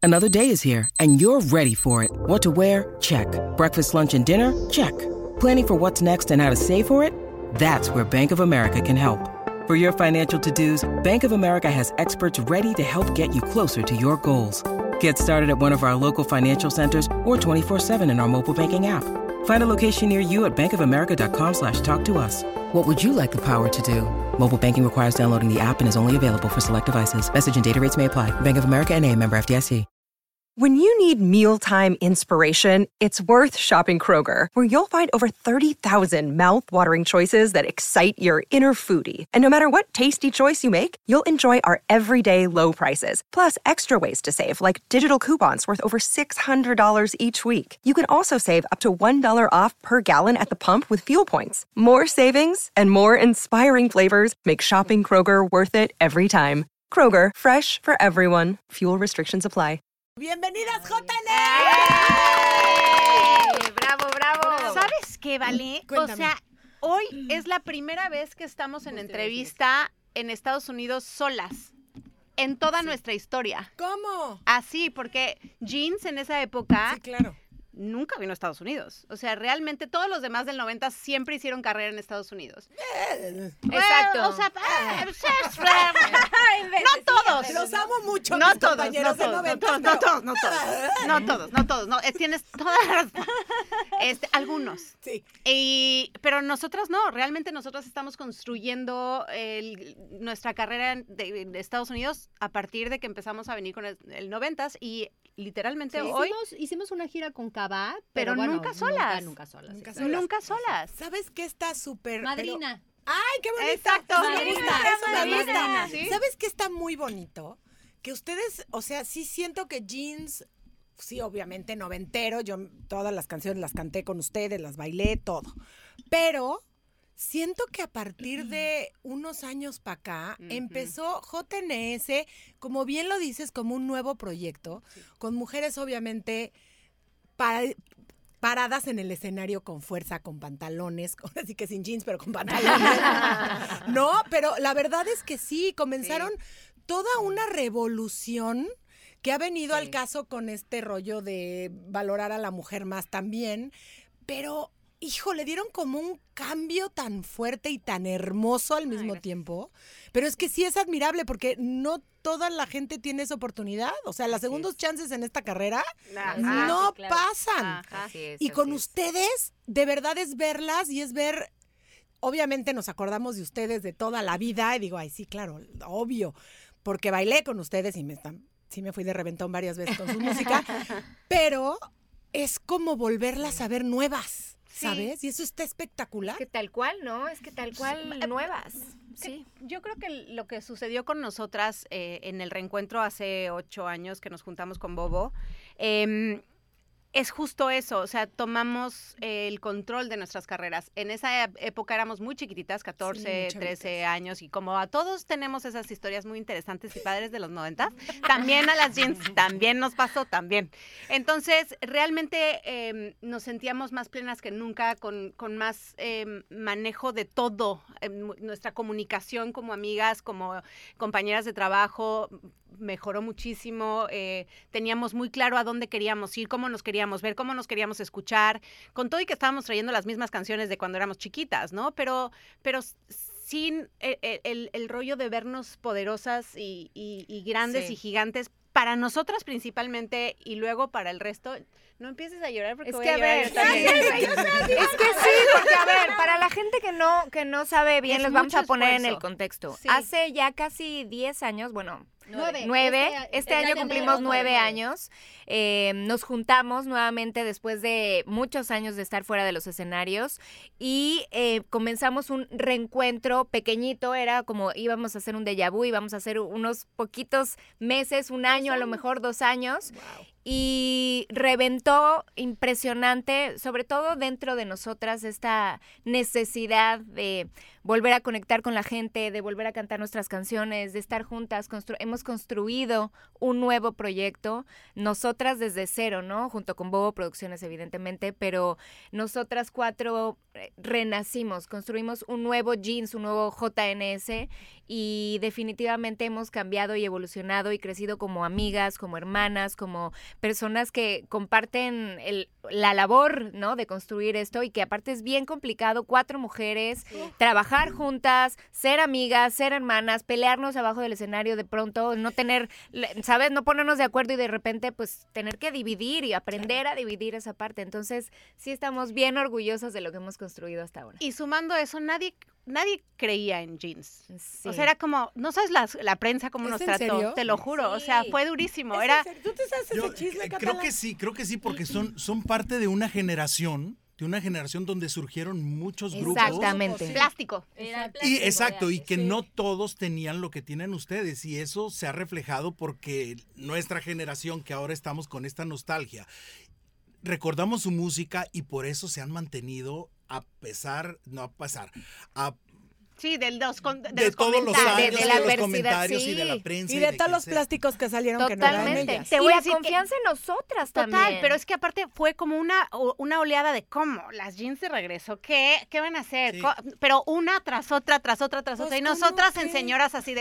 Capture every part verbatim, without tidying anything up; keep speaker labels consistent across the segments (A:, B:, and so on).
A: Another day is here, and you're ready for it. What to wear? Check. Breakfast, lunch, and dinner? Check. Planning for what's next and how to save for it? That's where Bank of America can help. For your financial to-dos, Bank of America has experts ready to help get you closer to your goals. Get started at one of our local financial centers or twenty-four seven in our mobile banking app. Find a location near you at bankofamerica.com slash talk to us. What would you like the power to do? Mobile banking requires downloading the app and is only available for select devices. Message and data rates may apply. Bank of America N A, member F D I C.
B: When you need mealtime inspiration, it's worth shopping Kroger, where you'll find over thirty thousand mouth-watering choices that excite your inner foodie. And no matter what tasty choice you make, you'll enjoy our everyday low prices, plus extra ways to save, like digital coupons worth over six hundred dollars each week. You can also save up to one dollar off per gallon at the pump with fuel points. More savings and more inspiring flavors make shopping Kroger worth it every time. Kroger, fresh for everyone. Fuel restrictions apply.
C: ¡Bienvenidas, J N!
D: ¡Eh! ¡Bravo, bravo!
E: ¿Sabes qué, Vale?
C: Cuéntame.
E: O sea, hoy es la primera vez que estamos en entrevista en Estados Unidos solas. En toda sí. nuestra historia.
C: ¿Cómo?
E: Así, porque Jeans en esa época
C: Sí, claro.
E: nunca vino a Estados Unidos. O sea, realmente todos los demás del noventa siempre hicieron carrera en Estados Unidos.
D: Exacto.
E: Bueno, o sea, eh, no todos.
C: Los amo mucho,
E: No
C: mis
E: todos, no
C: compañeros de
E: todos, no
C: noventa,
E: todos, no
C: pero-
E: todos, no todos, no todos, no todos, no, eh, tienes todas las, este, algunos.
C: Sí.
E: Y, pero nosotras no, realmente nosotras estamos construyendo el- nuestra carrera de, de Estados Unidos a partir de que empezamos a venir con el, el noventas y literalmente
D: Sí,
E: hoy,
D: hicimos, hicimos una gira con Cabá,
E: Pero
D: pero, bueno,
E: nunca solas.
D: Nunca, nunca solas.
C: Nunca
D: exacto.
C: solas.
E: nunca solas.
C: ¿Sabes qué está súper?
D: Madrina.
C: pero- ¡Ay, qué bonito!
E: Exacto.
C: Eso me
E: Sí,
C: gusta,
E: la
C: eso me
E: madrina,
C: gusta.
E: ¿sí?
C: ¿Sabes qué está muy bonito? Que ustedes, o sea, sí siento que Jeans, sí, obviamente noventero, yo todas las canciones las canté con ustedes, las bailé, todo. Pero siento que a partir de unos años para acá
E: Ujú.
C: empezó J N S, como bien lo dices, como un nuevo proyecto, con mujeres obviamente para, paradas en el escenario con fuerza, con pantalones, así que sin jeans, pero con pantalones. No, pero la verdad es que sí, comenzaron toda una revolución que ha venido
D: Sí.
C: al caso con este rollo de valorar a la mujer más también, pero, hijo, le dieron como un cambio tan fuerte y tan hermoso al mismo
E: gracias.
C: tiempo, pero es que sí es admirable porque no toda la gente tiene esa oportunidad, o sea, las
D: Así
C: segundos
D: es.
C: chances en esta carrera
E: Ajá.
C: no
D: sí, claro.
C: pasan.
E: Ajá.
D: Así es,
C: Y con
D: así es.
C: ustedes, de verdad es verlas y es ver, obviamente nos acordamos de ustedes de toda la vida, y digo, ay, sí, claro, obvio, porque bailé con ustedes y me están, sí me fui de reventón varias veces con su música, pero es como volverlas a ver nuevas,
E: Sí.
C: ¿sabes? Y eso está espectacular.
D: Es que tal cual, ¿no? Es que tal cual nuevas. Sí.
E: Yo creo que lo que sucedió con nosotras eh, en el reencuentro hace ocho años que nos juntamos con Bobo, eh, es justo eso, o sea, tomamos eh, el control de nuestras carreras. En esa ep- época éramos muy chiquititas, catorce,
C: Sí,
E: trece
C: chavitas.
E: años, y como a todos tenemos esas historias muy interesantes y padres de los noventas, también a las jeans, también nos pasó, también. Entonces, realmente eh, nos sentíamos más plenas que nunca, con, con más eh, manejo de todo, eh, mu- nuestra comunicación como amigas, como compañeras de trabajo, mejoró muchísimo, eh, teníamos muy claro a dónde queríamos ir, cómo nos queríamos ver, cómo nos queríamos escuchar, con todo y que estábamos trayendo las mismas canciones de cuando éramos chiquitas, ¿no? Pero, pero s- sin el, el- el rollo de vernos poderosas y, y- y grandes
D: Sí.
E: y gigantes, para nosotras principalmente y luego para el resto. No empieces a llorar porque
D: Es
E: voy
D: que
E: a
D: a
E: llorar
D: ver,
E: yo también.
D: es que sí, porque a ver, para la gente que no que no sabe bien,
E: Es
D: les vamos
E: mucho
D: a poner en
E: esfuerzo.
D: el contexto.
E: Sí.
D: Hace ya casi diez años, bueno,
F: Nueve.
D: nueve,
F: Este-
D: este,
F: el
D: año
F: de
D: cumplimos
F: enero,
D: nueve
F: nueve.
D: años, eh, nos juntamos nuevamente después de muchos años de estar fuera de los escenarios y eh, comenzamos un reencuentro pequeñito, era como íbamos a hacer un déjà vu, íbamos a hacer unos poquitos meses, un año, a lo mejor dos años, y reventó impresionante, sobre todo dentro de nosotras, esta necesidad de volver a conectar con la gente, de volver a cantar nuestras canciones, de estar juntas. Constru- hemos construido un nuevo proyecto, nosotras desde cero, ¿no? Junto con Bobo Producciones, evidentemente, pero nosotras cuatro renacimos, construimos un nuevo jeans, un nuevo J N S y definitivamente hemos cambiado y evolucionado y crecido como amigas, como hermanas, como personas que comparten el, la labor, ¿no? De construir esto y que aparte es bien complicado, cuatro mujeres, sí. trabajar juntas, ser amigas, ser hermanas, pelearnos abajo del escenario de pronto, no tener, ¿sabes? No ponernos de acuerdo y de repente pues tener que dividir y aprender claro. a dividir esa parte. Entonces sí estamos bien orgullosas de lo que hemos construido hasta ahora.
E: Y sumando eso, nadie... Nadie creía en jeans. Sí. O sea, era como, no sabes la, la prensa cómo nos trató, serio? Te lo juro. Sí. O sea, fue durísimo. Era...
C: ¿Tú te sabes ese
F: Yo,
C: chisme,
F: eh,
C: Catalán?
F: Creo que sí, creo que sí, porque son, son parte de una generación, de una generación donde surgieron muchos grupos.
D: Exactamente.
E: Plástico.
F: Era plástico. Y, exacto, y que sí. no todos tenían lo que tienen ustedes. Y eso se ha reflejado porque nuestra generación, que ahora estamos con esta nostalgia, recordamos su música y por eso se han mantenido a pesar, no a pesar, a
E: Sí, de los, de
F: de
E: los
F: todos los
E: comentarios.
F: años,
D: de, de la
F: de los
D: adversidad,
F: comentarios
D: sí.
F: y de la prensa.
C: Y de,
F: de
C: todos los
F: sea.
C: plásticos que salieron
D: Totalmente.
C: que no eran ellas.
D: Te
E: Y
D: voy a
E: decir
D: confianza en nosotras
E: Total,
D: también.
E: pero es que aparte fue como una, una oleada de cómo, las jeans de regreso, ¿qué, qué van a hacer?
F: Sí.
E: Pero una tras otra, tras otra, tras
C: Pues,
E: otra. Y
C: ¿cómo
E: nosotras
C: qué?
E: en señoras así de...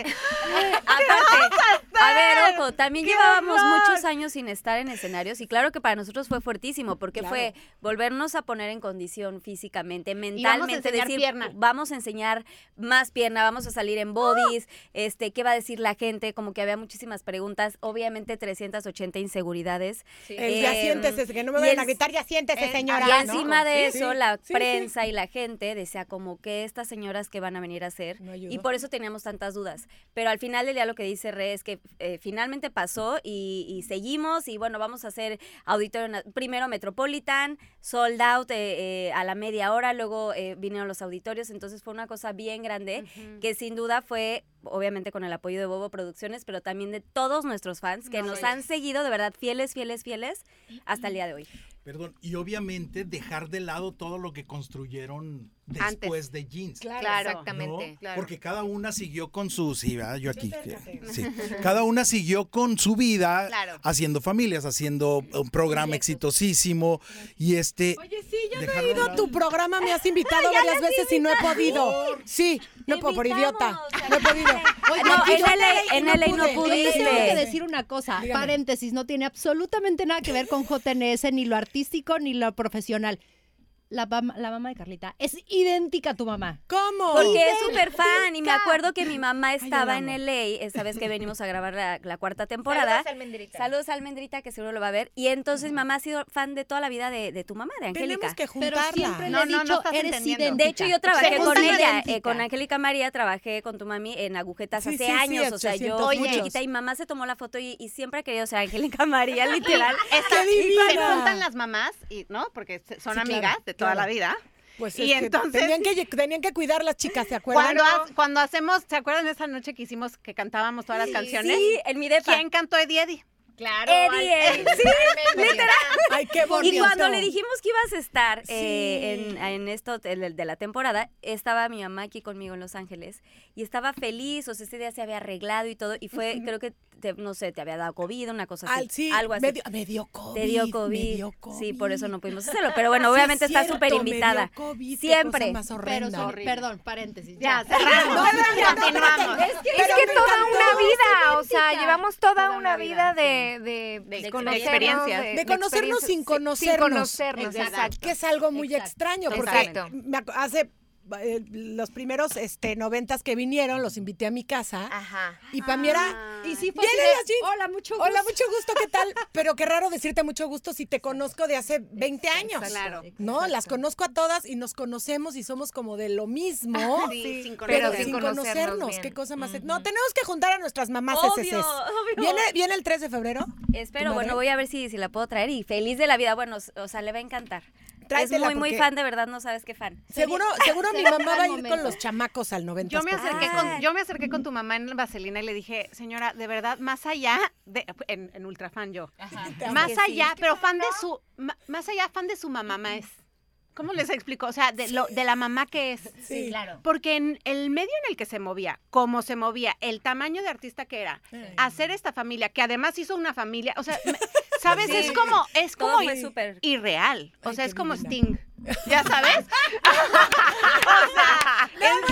G: Aparte, a ver, ojo, también
E: ¡Qué
G: llevábamos
E: horror!
G: muchos años sin estar en escenarios y claro que para nosotros fue fuertísimo porque
C: Claro.
G: fue volvernos a poner en condición físicamente,
E: vamos a
G: mentalmente,
E: enseñar
G: decir,
E: pierna.
G: vamos a enseñar más pierna, vamos a salir en bodies, este, ¿qué va a decir la gente? Como que había muchísimas preguntas, obviamente trescientas ochenta inseguridades.
E: Sí.
C: El ya
G: Eh,
C: siéntese, que no me
G: y
C: vayan a
G: en-
C: gritar, ya siéntese,
E: eh,
C: señora.
G: Y
C: ¿no?
G: encima de
C: Sí,
G: eso,
C: sí,
G: la
C: sí,
G: prensa
C: sí.
G: y la gente decía como que estas señoras que van a venir a hacer,
C: No ayudó.
G: y por eso teníamos tantas dudas. Pero al final del día lo que dice Re es que eh, finalmente pasó y, y seguimos y bueno, vamos a hacer auditorio, na- primero Metropolitan, sold out eh, eh, a la media hora, luego eh, vinieron los auditorios, entonces fue una cosa bien grande
E: Ujú.
G: que sin duda fue obviamente con el apoyo de Bobo Producciones, pero también de todos nuestros fans que
E: No,
G: nos
E: sí.
G: han seguido de verdad fieles, fieles, fieles hasta el día de hoy.
F: Perdón, y obviamente dejar de lado todo lo que construyeron después
E: Antes.
F: de jeans.
C: Claro.
E: Claro.
D: Exactamente.
F: ¿no?
E: Claro.
F: Porque cada una siguió con su, sí, ¿verdad? Yo aquí,
C: acércate.
F: sí. Cada una siguió con su vida,
E: Claro.
F: haciendo familias, haciendo un programa exitosísimo y este.
C: Oye, sí, yo no he
F: dejarlo
C: ido
F: de
C: a tu
F: lado.
C: programa, me has invitado varias veces y no he podido. Sí, no puedo, por idiota. No he podido. Oye,
G: No,
C: aquí
G: en
C: yo
G: L A en L A no
C: pude.
H: Yo te tengo que
G: pudiste.
H: decir una cosa,
C: Dígame.
H: paréntesis, no tiene absolutamente nada que ver con J N S, ni lo artístico, ni lo profesional. La, mam- la mamá de Carlita es idéntica a tu mamá.
C: ¿Cómo?
G: Porque es súper fan y me acuerdo que mi mamá
C: yo
G: estaba
C: la
G: en
C: amo.
G: L A esa vez que venimos a grabar la, la cuarta temporada.
D: Saludos, Almendrita.
G: Saludos a Almendrita, que seguro lo va a ver. Y entonces mi mamá ha sido fan de toda la vida de, de tu mamá, de Angélica.
C: Tenemos que
H: Pero siempre
C: juntarla.
H: le
E: No,
H: he
E: no, no
H: dicho,
E: estás
H: eres
E: entendiendo.
H: idéntica.
G: De hecho, yo trabajé
E: Se
G: con
E: juntan
G: ella,
H: idéntica.
G: eh, con Angélica María, trabajé con tu mami en agujetas
C: Sí,
G: hace
C: sí, sí,
G: años. o sea, yo
C: ochocientos
G: muy
E: muchos.
G: chiquita y mamá se tomó la foto y, y siempre ha querido ser Angélica María, literal.
E: Esta-
C: ¡Qué
E: y se
C: divina!
E: juntan las mamás, y, ¿no? Porque se- son
C: Sí, claro,
E: amigas de toda
C: claro.
E: la vida.
C: Pues
E: Y
C: es que
E: entonces-
C: tenían que, tenían que cuidar las chicas, ¿se acuerdan?
E: Cuando, ha- cuando hacemos, ¿se acuerdan de esa noche que hicimos que cantábamos todas las canciones?
G: Sí, en mi depa.
E: ¿Quién cantó Eddie Eddie?
D: Claro.
G: Eddie,
D: al-
G: Eddie. Sí,
D: literal.
C: Ay, qué
G: Y
C: bonito.
G: cuando le dijimos que ibas a estar
C: Sí.
G: eh, en, en esto de, de la temporada, estaba mi mamá aquí conmigo en Los Ángeles y estaba feliz, o sea, ese día se había arreglado y todo, y fue, creo que, te- no sé, te había dado COVID, una cosa así,
C: Al- sí,
G: algo así.
C: Me dio, me dio COVID.
G: Te dio COVID.
C: me dio COVID.
G: Sí, por eso no pudimos hacerlo, pero bueno,
C: Sí,
G: obviamente
C: es
G: está
C: cierto,
G: súper
C: me
G: invitada.
C: dio COVID, qué
G: Siempre.
C: cosa más
H: Pero,
C: horrenda.
H: son-
E: horrible.
H: perdón, paréntesis.
E: Ya,
H: ya.
E: cerramos.
C: No, no, no,
E: Continuamos.
D: Es que,
C: Pero
D: es que
C: me
D: toda
C: encantó.
D: una vida, o sea,
H: idéntica.
D: llevamos toda,
E: Toda
D: una
E: una
D: vida
E: vida,
D: de, de,
E: De
D: conocernos,
E: experiencias.
C: De conocernos sin
D: experiencias,
C: conocernos.
D: Sin conocernos,
E: Exacto.
D: exacto.
C: Que es algo muy
H: Exacto.
C: extraño, porque
D: Exacto.
C: me acu- hace eh, los primeros este, noventas que vinieron, los invité a mi casa.
D: Ajá.
C: Y para mí era,
H: Y sí fue
C: ¿Vienen
H: así de,
C: las jeans?
H: hola, mucho gusto.
C: hola, mucho gusto, ¿qué tal? Pero qué raro decirte mucho gusto si te conozco de hace veinte años.
E: Claro.
C: No,
H: Exacto.
C: las conozco a todas y nos conocemos y somos como de lo mismo.
E: Sí, sin
C: Pero
E: conocernos.
C: sin
D: sin conocernos
C: conocernos,
D: bien.
C: qué cosa más.
D: Ujú.
C: No, tenemos que juntar a nuestras mamás
G: Obvio,
C: S S S.
G: obvio.
C: ¿Viene, ¿Viene el tres de febrero?
G: Espero,
C: ¿Tu
G: bueno,
C: madre?
G: voy a ver si, si la puedo traer y feliz de la vida, bueno, s- o sea, le va a encantar.
C: Tráetela
G: es muy, muy
C: porque-
G: fan, de verdad, no sabes qué fan.
C: Seguro, seguro mi
H: sería
C: mamá
H: gran
C: va a ir
H: momento.
C: con los chamacos al noventa.
E: Yo me acerqué
G: Ah.
E: con, yo me acerqué con tu mamá en Vaselina y le dije, señora, de verdad, más allá de, en, en ultrafan yo, más
G: Que sí.
E: allá, pero fan de su, ma- más allá, fan de su mamá es. ¿Cómo les explico? O sea, de, lo, de la mamá que es.
C: Sí,
H: claro.
E: Porque en el medio en el que se movía, cómo se movía, el tamaño de artista que era, hacer esta familia, que además hizo una familia, o sea, me- ¿sabes?
G: Sí.
E: Es como, es
G: Todo
E: como
G: fue súper.
E: irreal. O
C: Ay,
E: sea,
C: qué
E: es como
C: divina.
E: Sting. ¿Ya sabes? O sea,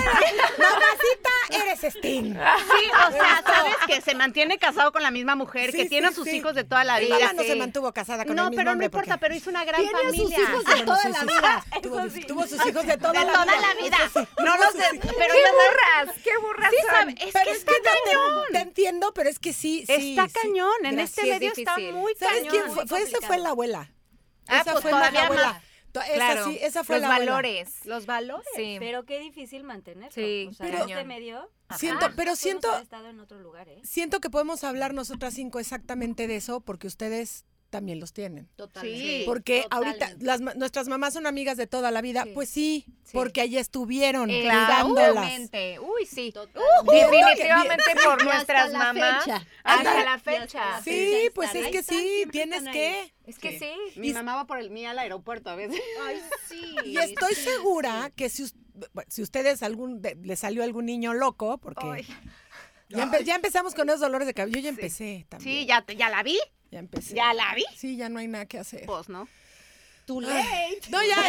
C: Mamacita, eres Sting.
E: sí, o sea, sabes que se mantiene casado con la misma mujer,
C: Sí,
E: que
C: sí,
E: tiene a sus
C: sí.
E: hijos de toda la
C: Mi
E: vida.
C: mamá no
E: Sí.
C: se mantuvo casada con
E: No,
C: el mismo
E: pero no
C: hombre
E: importa,
C: porque-
E: pero hizo una gran
H: Tiene a sus
E: familia.
H: hijos de
C: Bueno,
H: toda
C: sí,
H: la
C: sí,
H: vida.
C: sí. Tuvo,
H: Eso sí.
C: tuvo sus hijos de toda
E: De
C: la
E: toda
C: vida.
E: la vida.
C: Eso sí,
E: No
C: tuvo
E: los
C: sus
E: de,
C: hijos.
E: pero
D: ¡Qué
E: yo
D: burras! ¡Qué burras
E: Sí,
D: son!
E: sabe, es
C: Pero
E: que
C: es
E: está
C: que te-
E: cañón.
C: Te, entiendo, pero es que sí, sí.
E: Está
C: sí.
E: cañón, en
C: Gracias.
E: este
D: Sí, es
E: medio está
D: difícil.
E: muy
C: ¿Sabes
E: cañón.
C: quién fue? Fue- esa fue la abuela.
E: Ah,
C: esa
E: pues
C: fue
E: todavía
C: la abuela.
E: más.
C: To- Esa
D: Claro,
C: sí, esa fue
D: los
C: la abuela.
D: valores.
E: Los valores.
D: Sí.
G: Pero qué difícil mantenerlo.
D: Sí,
G: o sea,
C: pero-
G: en este medio.
C: Siento-
G: ajá,
C: pero
G: podemos
C: siento-
G: haber estado en otro lugar, ¿eh?
C: Siento que podemos hablar nosotras cinco exactamente de eso porque ustedes también los tienen.
H: Totalmente.
E: Sí.
C: Porque
H: Totalmente.
C: ahorita las, ma- nuestras mamás son amigas de toda la vida.
H: Sí.
C: Pues sí,
D: Sí.
C: porque allí estuvieron cuidándolas.
D: Exactamente. Uy, sí.
H: Totalmente.
D: Definitivamente por
H: Y hasta
D: nuestras
H: la
D: mamás.
H: fecha.
D: Hasta la
H: Y
D: fecha.
H: hasta la
C: Sí,
H: fecha
C: pues
H: están
C: es
H: ahí.
C: que
H: Están,
C: sí,
H: siempre
C: tienes
H: están
C: que.
H: ahí.
D: Es que sí.
E: Mi
C: Y-
E: mamá va por el mío al aeropuerto a veces.
H: Ay, sí.
C: Y estoy segura que si, us- bueno, si ustedes algún de- les salió algún niño loco, porque
E: Ay.
C: ya, empe- ya empezamos con esos dolores de cabello. Yo ya empecé también.
E: Sí, ya, te- ya la vi.
C: Ya empecé.
E: ¿Ya la vi?
C: Sí, ya no hay nada que hacer.
E: Pues, ¿no?
H: Too late.
C: No, ya, ya,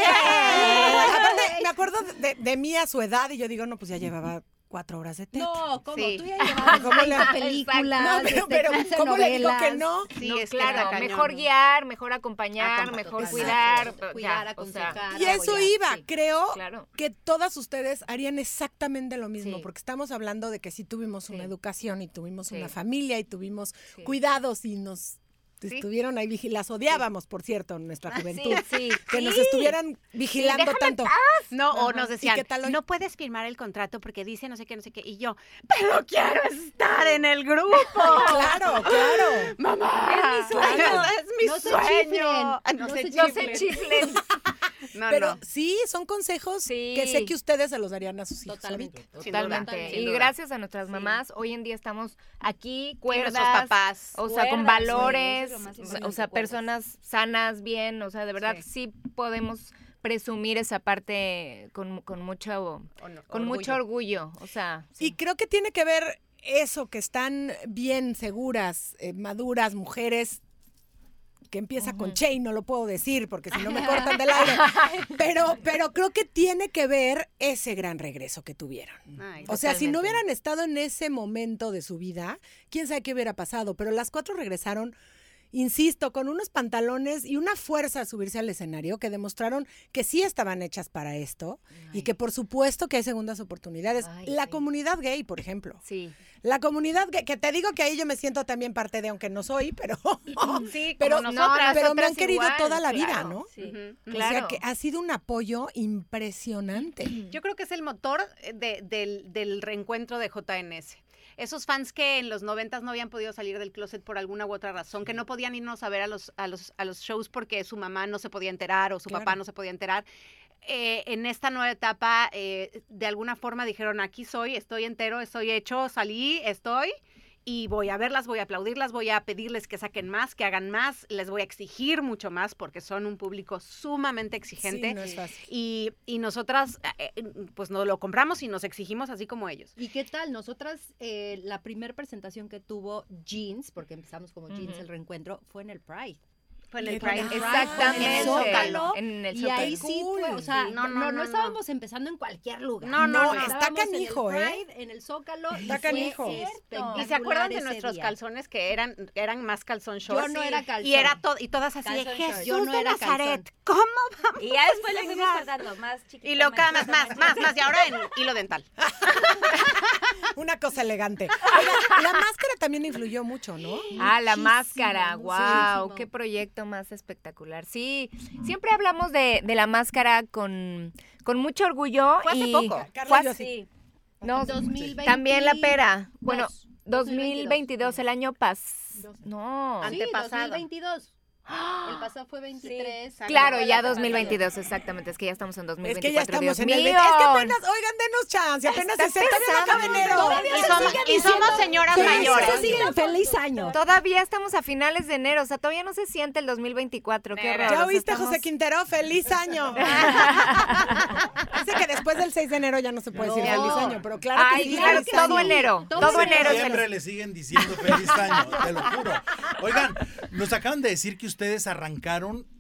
C: ya. Aparte, me acuerdo de, de mí a su edad y yo digo, no, pues ya llevaba cuatro horas de teta.
H: No, ¿cómo?
E: Sí.
H: Tú ya llevabas
C: ¿Cómo le-
H: veinte películas,
C: No, pero,
H: este,
C: pero
H: quince
C: ¿cómo le digo que
H: novelas.
C: no?
E: Sí,
D: No,
E: es que está
D: claro,
E: cañón.
D: mejor guiar, mejor acompañar,
E: Acompa-
D: mejor
H: Exacto.
D: cuidar. ya,
H: Cuidar,
D: o sea,
H: aconsejar,
C: Y eso
H: apoyar,
C: iba,
H: sí.
C: creo
D: claro.
C: que todas ustedes harían exactamente lo mismo,
H: Sí.
C: porque estamos hablando de que sí tuvimos una
D: Sí.
C: educación y tuvimos
D: Sí.
C: una familia y tuvimos
D: Sí.
C: cuidados y nos
E: Sí.
C: estuvieron ahí vigil- las odiábamos, por cierto, en nuestra juventud.
D: Sí,
C: Que nos
D: sí.
C: estuvieran vigilando
D: déjame
C: tanto.
E: No, o
C: Ajá.
E: nos
C: ¿Y
E: decían,
C: qué tal hoy?
E: no puedes firmar el contrato porque dice no sé qué, no sé qué. Y yo, pero quiero estar en el grupo.
C: Claro, claro.
E: Mamá.
D: Es mi sueño.
E: Claro, es mi
H: No se
E: sueño.
H: chiflen.
E: Ah, No,
H: No
E: se
H: se
D: No se
E: chiflen.
D: chiflen.
E: No,
C: Pero
E: no.
C: sí, son consejos
D: Sí.
C: que sé que ustedes se los darían a sus hijos.
H: Totalmente.
C: ahorita.
E: Sin duda,
D: Totalmente.
E: sin
D: Y
E: duda.
D: gracias a nuestras mamás, hoy en día estamos aquí,
E: Y
D: cuerdas.
E: nuestros papás.
D: O sea, con
G: Cuerdas, sí,
D: valores,
G: eso es lo más
D: o
G: importante,
D: sea,
G: cuerdas.
D: personas sanas, bien, o sea, de verdad
E: Sí.
D: sí, podemos presumir esa parte con, con mucho
E: O no,
D: con mucho orgullo, o sea, sí.
C: Y creo que tiene que ver eso, que están bien seguras, eh, maduras, mujeres, que empieza con Che y no lo puedo decir porque si no me cortan del aire. Pero, pero creo que tiene que ver ese gran regreso que tuvieron.
E: Ay,
C: O sea, si no
D: Totalmente.
C: hubieran estado en ese momento de su vida, quién sabe qué hubiera pasado. Pero las cuatro regresaron, insisto, con unos pantalones y una fuerza a subirse al escenario que demostraron que sí estaban hechas para esto y que por supuesto que hay segundas oportunidades.
D: Ay,
C: la
D: sí.
C: comunidad gay, por ejemplo.
D: Sí.
C: La comunidad gay, que te digo que ahí yo me siento también parte de, aunque no soy, pero,
E: Sí,
C: pero,
E: como nosotras.
C: pero me han
D: nosotras
C: querido
D: igual,
C: toda la vida,
D: claro.
C: ¿no?
G: Sí.
E: Ujú.
C: O sea
D: Claro.
C: que ha sido un apoyo impresionante.
E: Yo creo que es el motor de- del, del reencuentro de J N S. Esos fans que en los noventas no habían podido salir del closet por alguna u otra razón, que no podían irnos a ver a los, a los, a los shows porque su mamá no se podía enterar o su
C: Claro.
E: papá no se podía enterar. Eh, en esta nueva etapa, eh, de alguna forma dijeron, aquí soy, estoy entero, estoy hecho, salí, estoy, y voy a verlas, voy a aplaudirlas, voy a pedirles que saquen más, que hagan más, les voy a exigir mucho más porque son un público sumamente exigente.
C: Sí, no es fácil.
E: Y, y nosotras, eh, eh, pues nos lo compramos y nos exigimos así como ellos.
H: ¿Y qué tal? Nosotras, eh, la primera presentación que tuvo Jeans, porque empezamos como Jeans
D: Ujú.
H: el reencuentro, fue en el Pride.
E: Fue en el
C: Qué
E: Pride.
C: padre.
D: Exactamente.
H: En el Zócalo.
D: En el
H: Y ahí
D: Zócalo.
H: sí fue, o sea,
E: Sí.
H: no,
E: No, no,
H: no,
E: no, no.
H: estábamos empezando en cualquier lugar.
E: No, no, no.
C: Está
H: Estábamos
C: canijo,
H: en el
C: ¿eh?
H: Pride, en el Zócalo. y
C: Está
H: fue
C: canijo.
H: espectacular
E: ¿Y se acuerdan de
H: ese
E: nuestros
H: día.
E: calzones que eran, eran más calzón short?
H: Yo no era calzón.
E: Y, era to- y todas así de
G: Calzón short.
E: Jesús
H: Yo no
E: de
H: era
E: Nazaret.
H: calzón.
E: ¿Cómo?
G: Y ya después le fuimos cortando más chiquito.
E: Y luego cada más, más, más, más. Y ahora en hilo dental.
C: Una cosa elegante. Oiga, la máscara también influyó mucho, ¿no?
D: Ah, la
H: Muchísimo,
D: máscara, wow,
H: muchísimo.
D: qué proyecto más espectacular. Sí, siempre hablamos de, de la máscara con, con mucho orgullo.
E: Fue hace
D: y
E: poco.
C: Carla
D: fue
C: y yo
D: hace-
C: sí.
D: no,
H: dos mil veinte
D: también la pera. Bueno,
H: dos
D: dos mil veintidós, el año pasado. No,
H: Sí,
E: Antepasado.
H: dos mil veintidós. El pasado fue veintitrés.
D: claro,
H: Fue
D: ya
H: el
D: dos mil
H: pasado.
D: veintidós, exactamente. Es que ya estamos en dos mil
C: Es
D: veinticuatro.
C: que ya estamos
D: Dios
C: en el
D: mío.
C: veinte. Es que apenas, oigan, denos chance, apenas
D: Está
C: se todavía no acaba
D: empezando.
C: enero.
H: Todavía
E: Y
H: se
E: somos,
H: sigue
E: y somos
H: diciendo-
E: señoras
H: Sí,
E: mayores.
H: se siguen feliz año.
D: Todavía estamos a finales de enero, o sea, todavía no se siente el dos mil veinticuatro. Qué
E: Mira.
D: horror.
C: ¿Ya
D: o sea,
C: oíste,
D: estamos-
C: José Quintero? ¡Feliz año! Dice que después del seis de enero ya no se puede decir
H: No.
C: feliz año, pero claro que
D: Ay,
C: sí.
D: claro,
C: feliz
D: todo
C: año.
D: enero.
H: Todo
D: Todo,
H: enero.
D: enero es
F: Siempre
D: feliz.
F: le siguen diciendo feliz año, te lo juro. Oigan, nos acaban de decir que ustedes arrancaron, eh,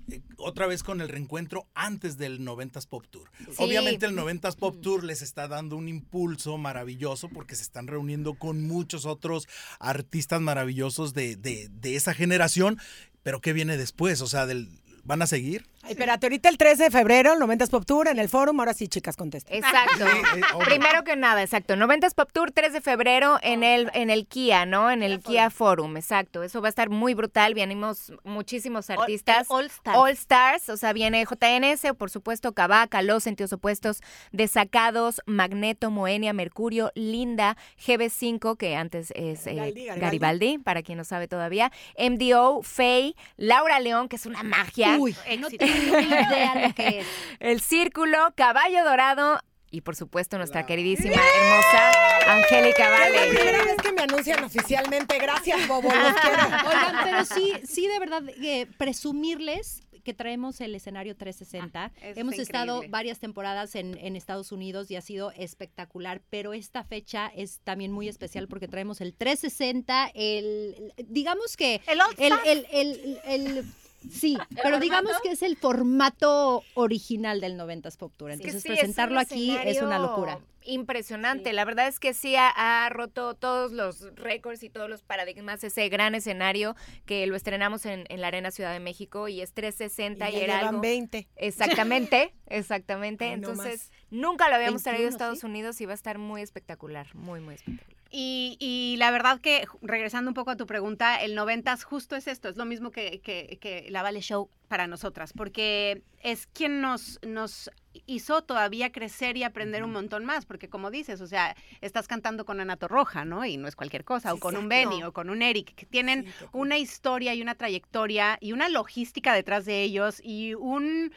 F: otra vez con el reencuentro antes del noventas Pop Tour.
D: Sí.
F: Obviamente el noventas Pop Tour les está dando un impulso maravilloso porque se están reuniendo con muchos otros artistas maravillosos de, de, de esa generación, pero ¿qué viene después? O sea, del, ¿van a seguir?
C: Ay, espérate, ahorita el trece de febrero, el noventas Pop Tour en el Fórum. Ahora sí, chicas, contesten.
D: Exacto.
F: Sí, eh, obvio.
D: Primero que nada, exacto. noventas Pop Tour, tres de febrero en el en el Kia, ¿no? En el Kia Forum, exacto. Eso va a estar muy brutal. Venimos muchísimos artistas.
E: All Stars.
D: All Stars, o sea, viene J N S, por supuesto, Cavaca, Los Sentidos Opuestos, Desacados, Magneto, Moenia, Mercurio, Linda, G B cinco, que antes es eh,
C: Garibaldi, Garibaldi.
D: Garibaldi, para quien no sabe todavía, M D O, Faye, Laura León, que es una magia.
H: Uy, no
E: Éxito.
H: tengo ni idea lo que es.
D: El Círculo, Caballo Dorado y por supuesto nuestra queridísima, hermosa Angélica
C: Es la
D: Vale.
C: primera vez que me anuncian oficialmente. Gracias, Bobo. Los quiero.
H: Oigan, pero sí, sí, de verdad, eh, presumirles que traemos el escenario trescientos sesenta.
E: Ah, eso
H: Hemos
E: está
H: estado
E: increíble.
H: varias temporadas en, en Estados Unidos y ha sido espectacular, pero esta fecha es también muy especial porque traemos el trescientos sesenta, el, el- digamos que
E: El All
H: el,
E: Stars.
H: el, el, el- sí, pero digamos que es el formato original del noventas Pop Tour.
D: Es que
H: Entonces
D: sí, es
H: presentarlo
D: un
H: aquí es una
D: escenario
H: locura.
D: Impresionante,
H: Sí.
D: la verdad es que sí ha, ha roto todos los récords y todos los paradigmas, ese gran escenario que lo estrenamos en, en la Arena Ciudad de México y es trescientos sesenta y,
C: Y ya
D: era
C: llevan
D: algo...
C: veinte.
D: Exactamente, exactamente.
C: Ay, no
D: Entonces,
C: más.
D: nunca lo habíamos traído a
H: veintiuno,
D: Estados
H: ¿sí?
D: Unidos y va a estar muy espectacular, muy, muy espectacular.
E: Y, y la verdad que, regresando un poco a tu pregunta, el noventas justo es esto, es lo mismo que, que, que la Vale Show para nosotras, porque es quien nos, nos hizo todavía crecer y aprender un montón más, porque como dices, o sea, estás cantando con Ana Torroja, ¿no? Y no es cualquier cosa, o con un
C: Exacto.
E: Benny, o con un Eric, que tienen
C: Sí, qué cool.
E: una historia y una trayectoria y una logística detrás de ellos y un...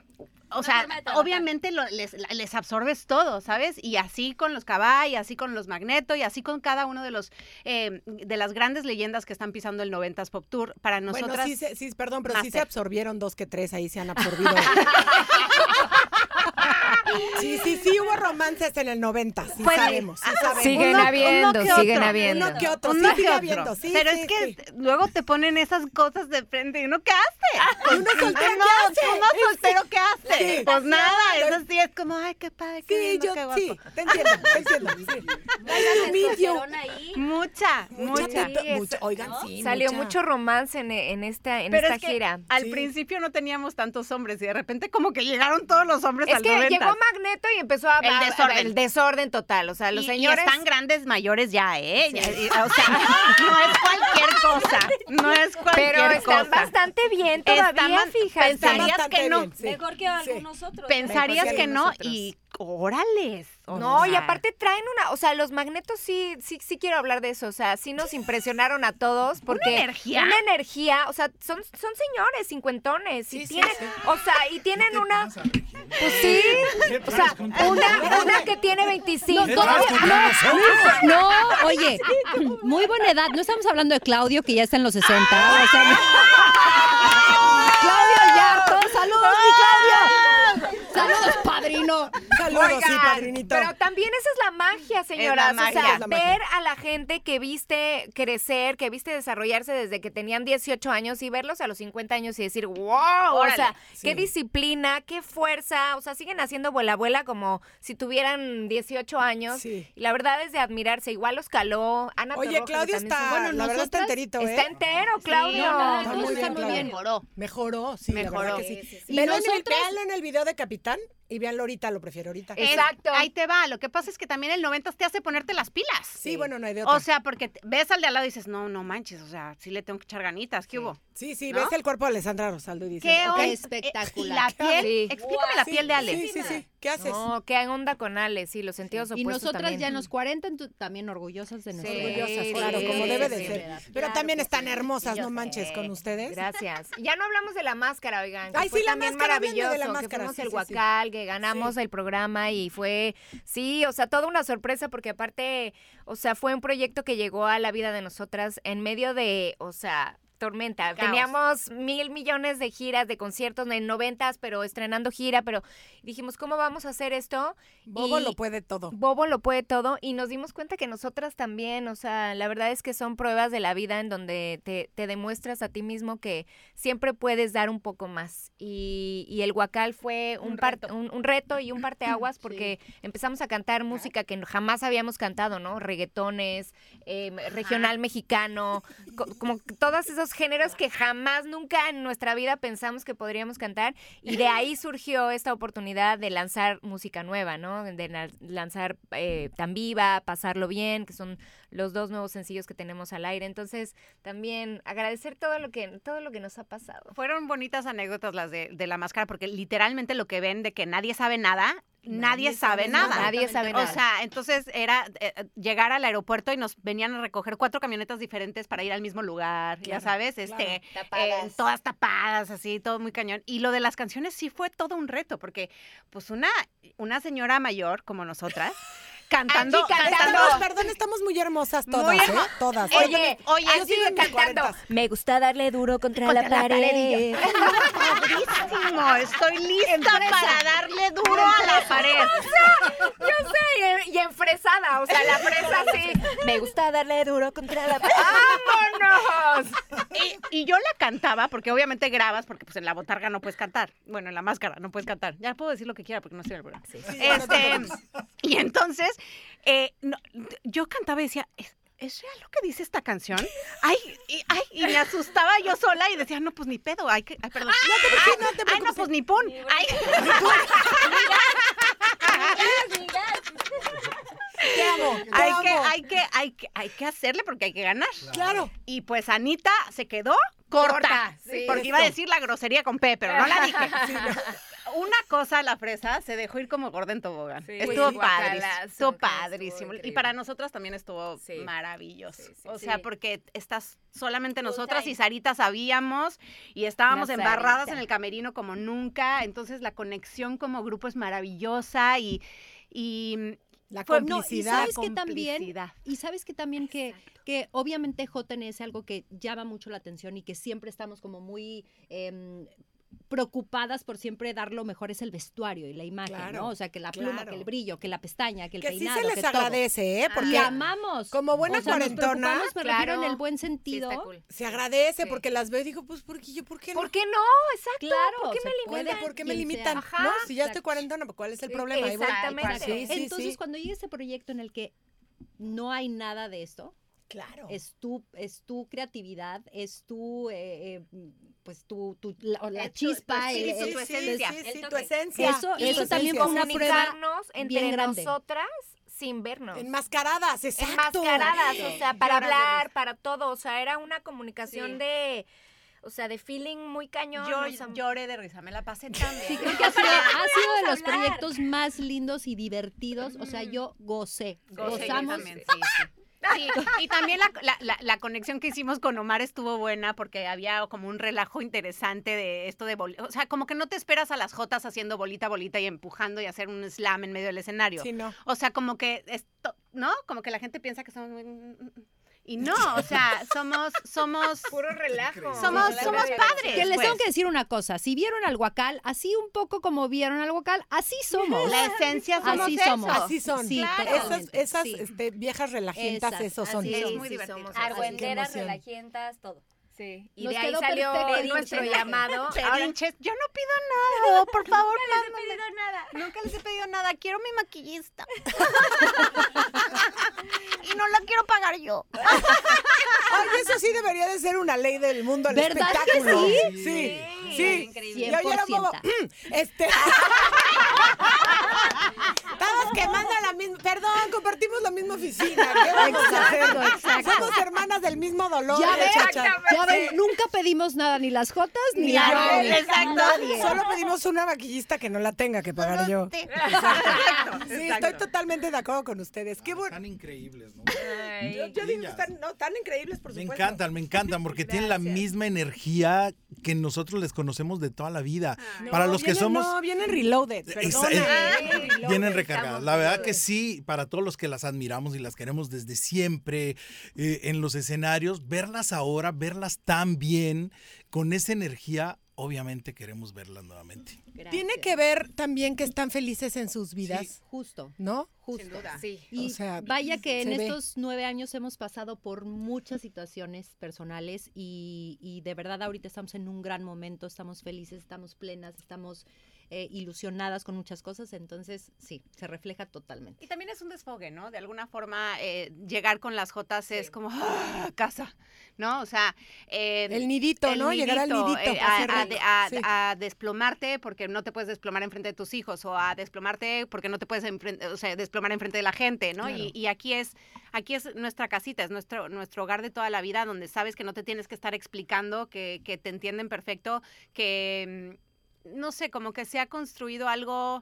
E: O sea,
G: forma de trabajar.
E: obviamente lo- les, les absorbes todo, ¿sabes? Y así con los Cabay, así con los Magneto y así con cada uno de los eh, de las grandes leyendas que están pisando el noventas Pop Tour. Para nosotras,
C: Bueno, sí, se- sí, perdón, pero sí se
E: Master.
C: absorbieron dos que tres, ahí se han absorbido. Sí, sí, sí hubo romances en el noventa, sí
E: Pues,
C: sabemos, sí sabemos.
D: Siguen
E: Uno-
D: habiendo,
E: uno que
D: siguen
E: otro,
D: habiendo.
C: Uno que otro,
E: uno
C: sí
E: que
C: sigue
E: otro.
C: habiendo, sí,
E: Pero
C: sí,
E: es que
C: sí.
E: luego te ponen esas cosas de frente y uno, ¿qué hace?
C: Uno soltero,
E: Uno-
C: ¿qué hace?
E: uno soltero, ¿qué hace?
C: Sí.
E: Pues nada, eso sí es como, ay, qué padre, qué
C: Sí,
E: lindo,
C: yo
E: qué guapo.
C: sí, te entiendo, te entiendo. Sí. Nice to meet you.
G: Ahí.
E: Mucha,
C: Mucha,
E: mucha.
C: puta-
D: Sí, es-
C: mucha- oigan, sí,
D: Salió
C: mucha.
D: mucho romance en, en esta, en
E: Pero
D: esta
E: es que
D: gira.
E: al
C: Sí.
E: principio no teníamos tantos hombres y de repente como que llegaron todos los hombres
D: Es
E: al
D: que
E: noventas.
D: llegó Magneto y empezó a
E: El
D: a- a-
E: desorden.
D: el desorden total. O sea, los
E: y,
D: señores.
E: y están grandes mayores ya, ¿eh? Ya, y- o sea, no es cualquier cosa. No es cualquier
D: Pero están
E: cosa.
D: bastante bien todavía,
E: Están man-
D: fíjate.
E: pensarías
C: bastante
E: que no.
C: bien, sí.
G: Mejor que algunos otros.
E: Pensarías
C: Mejor que
E: que no
C: nosotros.
E: y órales. o
D: No, y
E: sea,
D: aparte traen una, o sea, los magnetos sí, sí, sí quiero hablar de eso, o sea, sí nos impresionaron a todos porque
E: energía?
D: una energía, o sea, son, son señores cincuentones y
F: Sí, sí,
D: tienen,
F: sí.
D: o sea, y tienen
F: ¿Qué te
D: una,
F: pasa, Regina?
D: pues sí,
F: ¿Qué
D: o sea,
F: traes contigo?
D: una, una que tiene veinticinco.
F: ¿Qué traes contra nosotros?
H: No, oye, muy buena edad. No estamos hablando de Claudio, que ya está en los sesenta. O sea, no. Claudio Yarto, saludos, mi Claudio. Saludos, padrino.
C: Saludos, sí,
D: Oigan,
C: padrinito.
D: pero también esa es la magia, señoras.
E: magia,
D: o sea,
C: es la magia.
D: ver a la gente que viste crecer, que viste desarrollarse desde que tenían dieciocho años y verlos a los cincuenta años y decir, wow, o
E: Órale.
D: sea,
C: Sí.
D: qué disciplina, qué fuerza. O sea, siguen haciendo vuela abuela como si tuvieran dieciocho años.
C: Sí.
D: Y la verdad es de admirarse. Igual los caló. Ana
C: Oye,
D: Torroja, que
C: Claudio
D: también
C: está,
D: son- bueno,
C: la verdad está
H: nosotras
C: enterito, ¿eh?
D: está entero, Claudio.
H: no, no,
C: Está
H: todos
C: muy bien,
H: están muy
C: Claudio.
H: bien.
E: mejoró.
C: Mejoró, sí,
E: Mejoró.
C: la verdad que sí.
G: Sí, sí, sí.
H: Y
C: Véanlo en el-
H: nosotras-
C: véanlo en el video de Capitán y véanlo ahorita, lo prefiero ahorita.
D: Eh,
E: Es-
D: Exacto.
E: ahí te va. Lo que pasa es que también el noventas te hace ponerte las pilas.
C: Sí, bueno, no hay de otra.
E: O sea, porque te- ves al de al lado y dices, no, no manches, o sea, sí le tengo que echar ganitas. ¿Qué hubo?
C: sí, sí,
E: ¿no?
C: ves el cuerpo de Alessandra Rosaldo y dices,
E: ¿Qué
C: ok,
E: onda?
H: espectacular.
E: Eh, La piel,
D: Sí.
E: explícame la
C: sí,
E: piel de Ale.
C: Sí, sí, sí. ¿Qué haces?
D: No, qué onda con Ale, sí, los sentidos
H: Y
D: opuestos
H: nosotras
D: también.
H: ya en los cuarenta, entu- también orgullosas de nosotros.
C: Orgullosas,
D: Sí,
C: claro,
D: sí,
C: como debe de
D: sí,
C: ser.
D: verdad.
C: Pero
G: Claro
C: también
G: que
C: están
G: sí.
C: hermosas,
G: Yo
C: no
G: sé.
C: manches, con ustedes.
D: Gracias. Ya no hablamos de la máscara, oigan. que
C: Ay,
D: fue
C: sí, la
D: también
C: máscara, háblenme de
D: maravilloso.
C: la
D: que
C: máscara,
D: fuimos
C: sí,
D: el
C: sí, sí.
D: Huacal, que ganamos el programa y fue, sí, o sea, toda una sorpresa porque aparte, o sea, fue un proyecto que llegó a la vida de nosotras en medio de, o sea, tormenta.
E: Caos.
D: Teníamos mil millones de giras, de conciertos en noventas, pero estrenando gira, pero dijimos, ¿cómo vamos a hacer esto?
C: Bobo
D: Y
C: lo puede todo.
D: Bobo lo puede todo y nos dimos cuenta que nosotras también, o sea, la verdad es que son pruebas de la vida en donde te, te demuestras a ti mismo que siempre puedes dar un poco más. Y, y el Huacal fue un,
E: Un
D: par-
E: reto.
D: un, un reto y un parteaguas porque empezamos a cantar música que jamás habíamos cantado, ¿no? Reggaetones, eh, regional mexicano, co- como que todos esos géneros que jamás, nunca en nuestra vida pensamos que podríamos cantar. Y de ahí surgió esta oportunidad de lanzar música nueva, ¿no? De la- lanzar eh, Tan Viva, Pasarlo Bien, que son los dos nuevos sencillos que tenemos al aire. Entonces, también agradecer todo lo que, todo lo que nos ha pasado.
E: Fueron bonitas anécdotas las de, de la máscara, porque literalmente lo que ven de que nadie sabe nada, nadie,
C: Nadie
E: sabe,
C: sabe
E: nada.
C: nada.
D: Nadie sabe
E: O
D: nada.
E: sea, entonces era eh, llegar al aeropuerto y nos venían a recoger cuatro camionetas diferentes para ir al mismo lugar, ya
C: Claro,
E: sabes, este,
D: Tapadas.
E: eh, todas tapadas, así, todo muy cañón. Y lo de las canciones sí fue todo un reto, porque pues una, una señora mayor como nosotras, cantando,
D: Aquí cantando.
E: cantando.
C: Estamos, perdón, estamos muy hermosas todas,
E: Muy
C: ¿eh?
E: hermo-
C: Todas.
D: Oye,
E: Oye,
D: así
C: sigo en mis
D: cantando.
C: cuarentas.
D: Me gusta darle duro contra,
E: Contra
D: la
E: la
D: pared.
E: pared, y yo, Padrísimo, estoy lista para darle duro a la pared.
D: Yo sé, y, y enfresada, o sea, la fresa sí. Me gusta darle duro contra la pared. ¡Vámonos!
E: Y, y yo la cantaba, porque obviamente grabas, porque pues en la botarga no puedes cantar. Bueno, en la máscara no puedes cantar. Ya puedo decir lo que quiera porque no estoy en el programa. Este, y entonces, eh, no, yo cantaba y decía, ¿es, ¿es real lo que dice esta canción? Ay, y, ay, y me asustaba yo sola y decía, no, pues ni pedo, ay, que, ay perdón. Ay,
C: no te
E: ay, no, pues ni pun. Ay.
C: Te amo, te
E: Hay
C: amo.
E: que, hay, que, hay, que, hay que hacerle porque hay que ganar.
C: Claro.
E: Y pues Anita se quedó corta.
D: Corta, sí.
E: Porque iba a decir la grosería con P, pero no la dije. Una cosa, la fresa se dejó ir como gorda en tobogán.
D: Sí,
E: estuvo
D: sí,
E: padrísimo.
D: guacalazo,
E: Estuvo
D: que estuvo
E: padrísimo. Y
D: increíble.
E: para nosotras también estuvo
D: Sí.
E: maravilloso.
D: Sí, sí,
E: o
D: sí.
E: sea, porque estás solamente
G: Full
E: nosotras
G: time.
E: y Sarita sabíamos y estábamos
D: La
E: embarradas
D: Sarita.
E: en el camerino como nunca. Entonces la conexión como grupo es maravillosa y... y
C: La
E: fue-
H: No, y
C: complicidad.
H: sabes
E: la
H: que también,
E: complicidad.
H: y sabes que también que, que obviamente J N es algo que llama mucho la atención y que siempre estamos como muy em, preocupadas por siempre dar lo mejor es el vestuario y la imagen,
C: Claro,
H: ¿no? O sea, que la pluma,
C: claro.
H: que el brillo, que la pestaña, que el
C: Que sí
H: peinado,
C: se les
H: que todo.
C: agradece, ¿eh? Porque
H: Que amamos.
C: como buena
H: o sea, nos
C: cuarentona,
H: preocupamos, me refiero en
D: claro.
H: el buen
D: Sí,
H: sentido.
D: está cool.
C: se agradece
D: Sí.
C: porque las veo y digo, pues, ¿por qué yo? ¿Por qué no?
D: ¿Por qué no? Exacto.
H: Claro,
D: ¿Por qué
H: se
D: me
H: puede,
D: limitan?
C: ¿Por qué me
H: quien
C: limitan?
H: sea.
D: Ajá.
C: No, si ya estoy
H: Exacto.
C: cuarentona, ¿cuál es el
D: Sí,
C: problema? Ahí voy.
D: exactamente.
C: Sí, sí,
H: Entonces,
C: sí.
H: cuando llegue ese proyecto en el que no hay nada de esto,
C: Claro.
H: es tu, es tu creatividad, es tu, eh, eh, pues tu, tu la, o la
E: Es tu- tu
H: chispa, el-
E: espíritu,
H: el-
E: tu
C: sí,
E: esencia.
C: sí, sí,
G: El
C: sí, tu
G: toque.
C: esencia.
H: Eso-
C: Y
H: eso
C: tu
H: también
C: esencia.
H: fue una prueba
D: Comunicarnos entre
H: bien grande.
D: nosotras sin vernos.
C: Enmascaradas, exacto.
D: Enmascaradas, o sea, para
E: Lloras de
D: hablar,
E: risa.
D: para todo, o sea, era una comunicación
E: Sí.
D: de, o sea, de feeling muy cañón.
E: Yo
D: o sea,
E: lloré de risa, me la pasé tan bien.
H: Sí, creo que ha sido, ha sido de los
G: hablar.
H: proyectos más lindos y divertidos. O sea, yo gocé.
E: Gozo, yo
H: Gozamos.
E: también, sí, sí. Sí, y también la, la, la, la conexión que hicimos con Omar estuvo buena porque había como un relajo interesante de esto de bol- o sea, como que no te esperas a las jotas haciendo bolita, bolita y empujando y hacer un slam en medio del escenario.
C: Sí, no.
E: O sea, como que esto, ¿no? Como que la gente piensa que somos muy... Y no, o sea, somos, somos,
D: puro relajo.
E: somos,
D: Sí,
E: somos
D: sí,
E: padres.
H: Que les
E: pues.
H: tengo que decir una cosa. Si vieron al Huacal, así un poco como vieron al Huacal, así somos.
E: La esencia somos
H: Así
E: eso.
H: somos.
C: Así son.
H: Sí,
E: Claro.
C: Esas,
H: totalmente,
C: esas
H: sí.
C: este, viejas relajientas,
H: Esas,
C: esos son.
H: así
E: Es
H: Sí,
E: muy
D: sí,
E: divertido.
D: somos
C: Qué
G: Argüenderas,
C: emoción.
G: relajientas, todo.
D: Sí. Y
H: Nos
D: de ahí
H: quedó
D: salió
H: perfecto.
D: nuestro
G: Pedinches.
D: llamado. Ahora,
E: Pedinches, yo no pido nada, por favor,
G: No les he
E: mándame.
G: pedido nada.
E: Nunca les he pedido nada, quiero mi maquillista. Y no la quiero pagar yo.
C: Ay, eso sí debería de ser una ley del mundo del
H: ¿Verdad que
C: espectáculo.
H: sí?
C: Sí,
G: Sí,
C: sí.
G: increíble.
C: Y hoy era como,
H: cien por ciento.
C: este... Estamos quemando la misma... Perdón, compartimos la misma oficina. ¿Qué vamos a hacer?
H: Exacto, exacto.
C: Somos hermanas del mismo dolor,
H: Ya ven,
C: muchacha.
H: ya ven, nunca pedimos nada, ni las jotas, ni,
C: Ni
H: la
C: la
H: Gaby.
C: Gaby, exacto.
H: Nadie.
C: Solo pedimos una maquillista que no la tenga que pagar yo.
E: Exacto.
C: Sí, estoy totalmente de acuerdo con ustedes. Qué bueno.
F: Están increíbles, ¿no?
C: Yo, yo
F: Sí,
C: digo que
F: ya.
C: están, no, tan increíbles, por
F: Me
C: supuesto.
F: encantan, me encantan porque tienen la
D: Gracias.
F: misma energía que nosotros les conocemos de toda la vida.
C: No,
F: para los que
C: vienen-
F: somos...
C: No, vienen reloaded,
F: Exa-
C: perdóname,
F: eh,
C: vienen reloaded.
F: Vienen recargadas.
D: estamos
F: La verdad
D: reloaded.
F: que sí, para todos los que las admiramos y las queremos desde siempre eh, en los escenarios, verlas ahora, verlas tan bien, con esa energía, obviamente queremos verlas nuevamente.
C: Tiene que ver también que están felices en sus vidas,
H: Justo,
C: ¿no?
H: justo.
D: Sí.
H: Y
C: O sea,
H: vaya que en
C: se ve.
H: estos nueve años hemos pasado por muchas situaciones personales y, y de verdad ahorita estamos en un gran momento, estamos felices, estamos plenas, estamos eh, ilusionadas con muchas cosas, entonces sí, se refleja totalmente.
E: Y también es un desfogue, ¿no? De alguna forma, eh, llegar con las Jotas es como, ¡ah, casa! ¿No? O sea... eh,
C: El nidito,
E: el
C: ¿no? Llegar al
E: nidito,
C: nidito.
E: eh,
C: para
E: a,
C: hacer
E: a-
C: reír.
E: a-
C: Sí.
E: a desplomarte porque no te puedes desplomar enfrente de tus hijos o a desplomarte porque no te puedes enfren- o sea, desplomar enfrente de la gente, ¿no?
C: Claro.
E: Y, y aquí es aquí es nuestra casita, es nuestro nuestro hogar de toda la vida donde sabes que no te tienes que estar explicando, que, que te entienden perfecto, que mm, no sé, como que se ha construido algo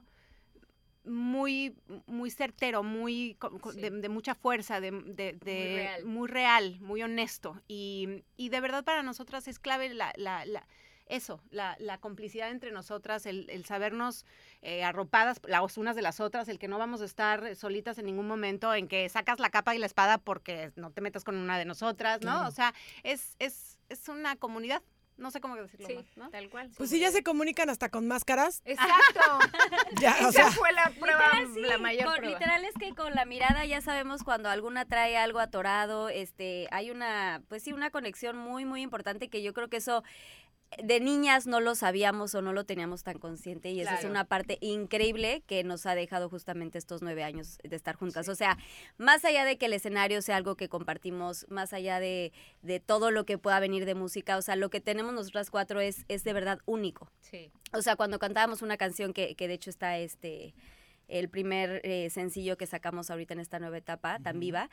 E: muy muy certero, muy co- co-
D: Sí.
E: de, de mucha fuerza, de, de- de-
D: real.
E: muy real, muy honesto. Y, y de verdad para nosotras es clave la, la, la- eso, la, la complicidad entre nosotras, el, el sabernos eh, arropadas las unas de las otras, el que no vamos a estar solitas en ningún momento, en que sacas la capa y la espada porque no te metas con una de nosotras, ¿no?
C: Claro.
E: O sea, es, es, es una comunidad. No sé cómo decirlo
D: Sí,
E: más, ¿no?
D: tal cual.
C: Pues si ya se comunican hasta con máscaras,
D: Exacto.
C: ya, o
D: Esa
C: sea,
D: fue la prueba,
G: Literal, sí,
D: la mayor
G: con-
D: prueba.
G: literal es que con la mirada ya sabemos cuando alguna trae algo atorado, este, hay una, pues sí, una conexión muy, muy importante que yo creo que eso de niñas no lo sabíamos o no lo teníamos tan consciente y esa es
D: Claro.
G: una parte increíble que nos ha dejado justamente estos nueve años de estar juntas. O sea, más allá de que el escenario sea algo que compartimos, más allá de, de todo lo que pueda venir de música, o sea, lo que tenemos nosotras cuatro es, es de verdad único.
D: Sí.
G: O sea, cuando cantábamos una canción que, que de hecho está este el primer eh, sencillo que sacamos ahorita en esta nueva etapa, tan viva,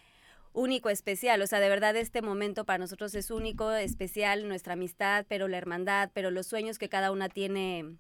G: único, especial. O sea, de verdad este momento para nosotros es único, especial, nuestra amistad, pero la hermandad, pero los sueños que cada una tiene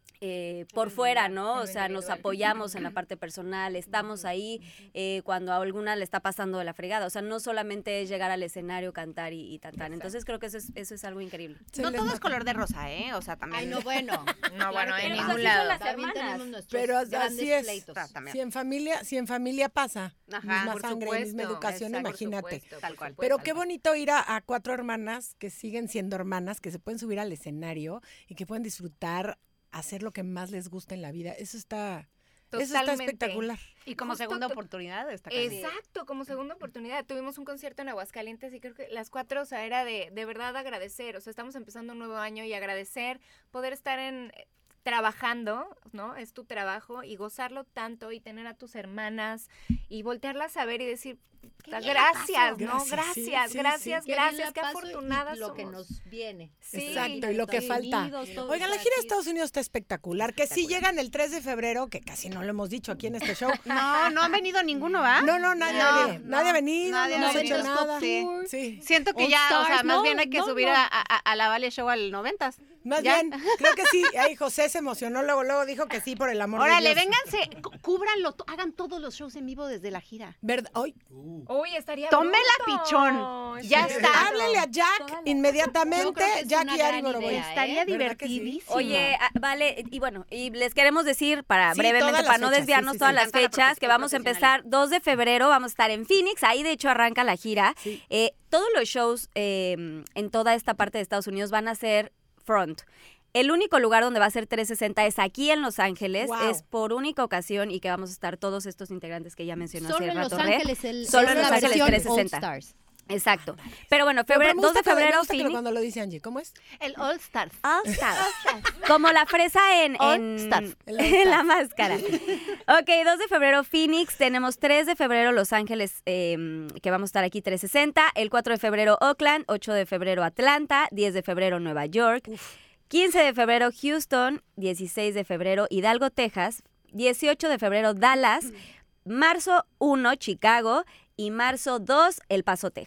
G: eh, por fuera, ¿no?
D: en
G: O
D: lo
G: sea, nos
D: individual.
G: apoyamos en la parte personal, estamos ahí eh, cuando a alguna le está pasando de la fregada. O sea, no solamente es llegar al escenario, cantar y, y tantar. Entonces creo que eso es, eso es algo increíble.
C: se
E: No
C: les
E: todo
C: nota.
E: es color de rosa, ¿eh? O sea, también...
H: Ay, no, bueno.
D: No, bueno, en
G: que no.
D: ningún
G: Así son
D: lado.
G: las
H: También
G: hermanas.
H: tenemos nuestros
C: Pero así
H: grandes
C: es.
H: pleitos.
E: Ah, también.
C: Si en familia, si en familia pasa,
E: Ajá,
C: misma
D: Por
C: sangre,
D: supuesto,
C: misma educación,
E: exacto, por
C: imagínate.
D: supuesto,
E: Tal
D: por
E: cual.
D: supuesto.
C: Pero qué bonito ir a, a cuatro hermanas que siguen siendo hermanas, que se pueden subir al escenario y que pueden disfrutar, hacer lo que más les gusta en la vida. Eso está, eso está
D: Totalmente.
C: espectacular.
E: Y como
D: Justo
E: segunda
D: to-
E: oportunidad está cañón.
D: Exacto, como segunda oportunidad. Tuvimos un concierto en Aguascalientes y creo que las cuatro, o sea, era de, de verdad agradecer. O sea, estamos empezando un nuevo año y agradecer poder estar en trabajando, ¿no? Es tu trabajo y gozarlo tanto y tener a tus hermanas y voltearlas a ver y decir,
G: bien la
D: gracias,
G: paso.
D: ¿no?
C: Gracias, sí,
D: Gracias,
C: sí,
D: gracias,
C: sí.
H: Qué bien
D: gracias,
H: la
D: qué
H: paso y
D: afortunadas
H: lo que
D: somos.
H: nos viene.
D: Sí.
C: Exacto, y lo que
H: Estados
C: falta.
H: Unidos, todo
C: Oigan, la
H: está
C: gira de
H: aquí.
C: Estados Unidos está espectacular. Que sí llegan el tres de febrero, que casi no lo hemos dicho aquí en este show.
E: No, no han venido ninguno, ¿va?
C: No, no, nadie,
E: No,
C: ha venido.
E: no,
C: nadie ha venido,
E: nadie
C: no
E: ha
C: hemos hecho
E: venido.
C: nada.
E: Sí.
C: Sí.
E: Siento que
H: All
E: ya, o sea,
H: Stars,
E: más
H: no,
E: bien hay que
H: no,
E: subir
H: no.
E: A, a, a la Vale Show al noventas.
C: Más
E: ¿Ya?
C: bien, creo que sí. Ay, José se emocionó, luego, luego dijo que sí, por el amor
E: Órale,
C: de Dios.
E: vénganse, cu- cúbranlo, to- hagan todos los shows en vivo desde la gira.
C: ¿Verdad? Ay,
D: Uy, estaría
E: Tómela,
D: bruto.
E: pichón. Ya
D: Estaría
E: está.
D: bruto.
C: háblele a Jack
G: Toda la-
C: inmediatamente.
H: Yo creo que es
C: Jack
H: una
C: y Ari
H: gran
C: Boroboy.
H: idea, ¿eh?
E: Estaría
C: ¿Verdad que sí?
E: divertidísimo.
G: Oye, ah, vale, y bueno, y les queremos decir para
C: Sí,
G: brevemente,
C: todas las
G: para no
C: fechas,
G: desviarnos
C: sí, sí,
G: todas
C: sí.
G: las
E: Me encanta la
G: fechas, que
E: profe-
G: vamos a
E: el
G: empezar dos de febrero, vamos a estar en Phoenix, ahí de hecho arranca la gira.
C: Sí.
G: Eh, todos los shows eh, en toda esta parte de Estados Unidos van a ser front. El único lugar donde va a ser trescientos sesenta es aquí en Los Ángeles,
C: Wow.
G: es por única ocasión y que vamos a estar todos estos integrantes que ya mencionó
H: Solo
G: hace
H: en Los
G: rato Re.
H: Ángeles, el,
G: Solo
H: es
C: en Los
H: la
C: Ángeles
H: versión
G: trescientos sesenta.
H: All Stars.
G: Exacto. Pero bueno,
C: Pero
G: febrero,
C: me
G: dos
C: gusta
G: de
C: que- me
G: febrero,
C: gusta que
G: Phoenix.
C: cuando lo dice Angie, ¿cómo es?
E: El All Stars.
G: All Stars. Como la fresa en,
E: All
G: en,
E: Stars.
C: El All
G: en la
C: Stars.
G: máscara. Ok, dos de febrero Phoenix, tenemos tres de febrero Los Ángeles, eh, que vamos a estar aquí trescientos sesenta, el cuatro de febrero Oakland, ocho de febrero Atlanta, diez de febrero Nueva York, quince de febrero Houston, dieciséis de febrero Hidalgo, Texas, dieciocho de febrero Dallas, marzo uno Chicago y marzo dos El Paso, Texas.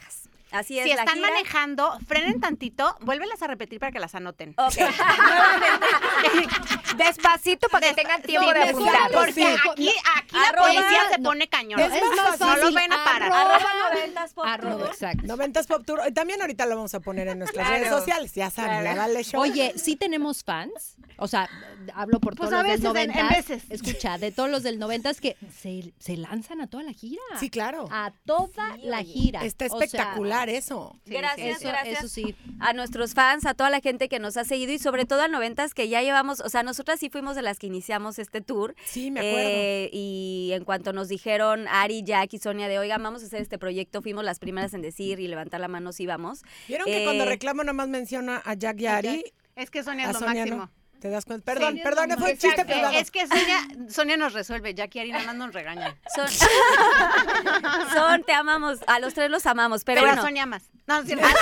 G: Así es,
E: Si
G: la
E: están
G: gira.
E: manejando, frenen tantito, vuélvelas a repetir para que las anoten.
G: Ok, nuevamente.
D: Despacito para que tengan tiempo de
E: mejor,
D: apuntar.
E: Porque
H: Sí.
E: aquí, aquí la
G: Arroba-
E: policía se
H: no,
E: pone cañón.
H: es más
E: no
H: fácil,
E: los ven a parar.
H: arroba-
G: Arroba noventas pop
H: Arroba,
G: tour.
H: exacto.
C: Noventas Pop Tour. Y también ahorita lo vamos a poner en nuestras
D: Claro.
C: redes sociales. Ya saben, la Vale Show.
H: Oye, sí tenemos fans, o sea, hablo por
E: Pues
H: todos
E: a
H: los del
E: veces, en- en
H: noventas.
E: veces.
H: Escucha, de todos los del noventas que se, se lanzan a toda la gira.
C: Sí, claro.
H: A toda
G: Sí,
H: la
G: oye.
H: gira.
C: Está
H: O sea,
C: espectacular eso.
E: Sí,
G: Gracias,
E: sí,
H: eso,
G: gracias.
H: eso sí.
G: A nuestros fans, a toda la gente que nos ha seguido y sobre todo a noventas que ya llevamos, o sea, nosotras sí fuimos de las que iniciamos este tour.
C: Sí, me acuerdo.
G: Eh, y en cuanto nos dijeron Ari, Jack y Sonia de, oigan, vamos a hacer este proyecto, fuimos las primeras en decir y levantar la mano, sí vamos.
C: ¿Vieron que
G: Eh,
C: cuando reclamo nomás menciona a Jack y a Ari?
E: Es que Sonia
C: A
E: es lo
C: Sonia
E: máximo.
C: no. ¿Te das cuenta? Perdón,
H: Sí,
C: perdón,
H: no,
C: fue un chiste
E: Exacto.
C: privado.
E: Es que Sonia, Sonia nos resuelve, Jackie y Ari nada más nos regañan.
G: Son, Son, te amamos, a los tres los amamos, pero,
E: Pero,
G: bueno.
E: a Sonia más. No, sí,
G: A Son- sí,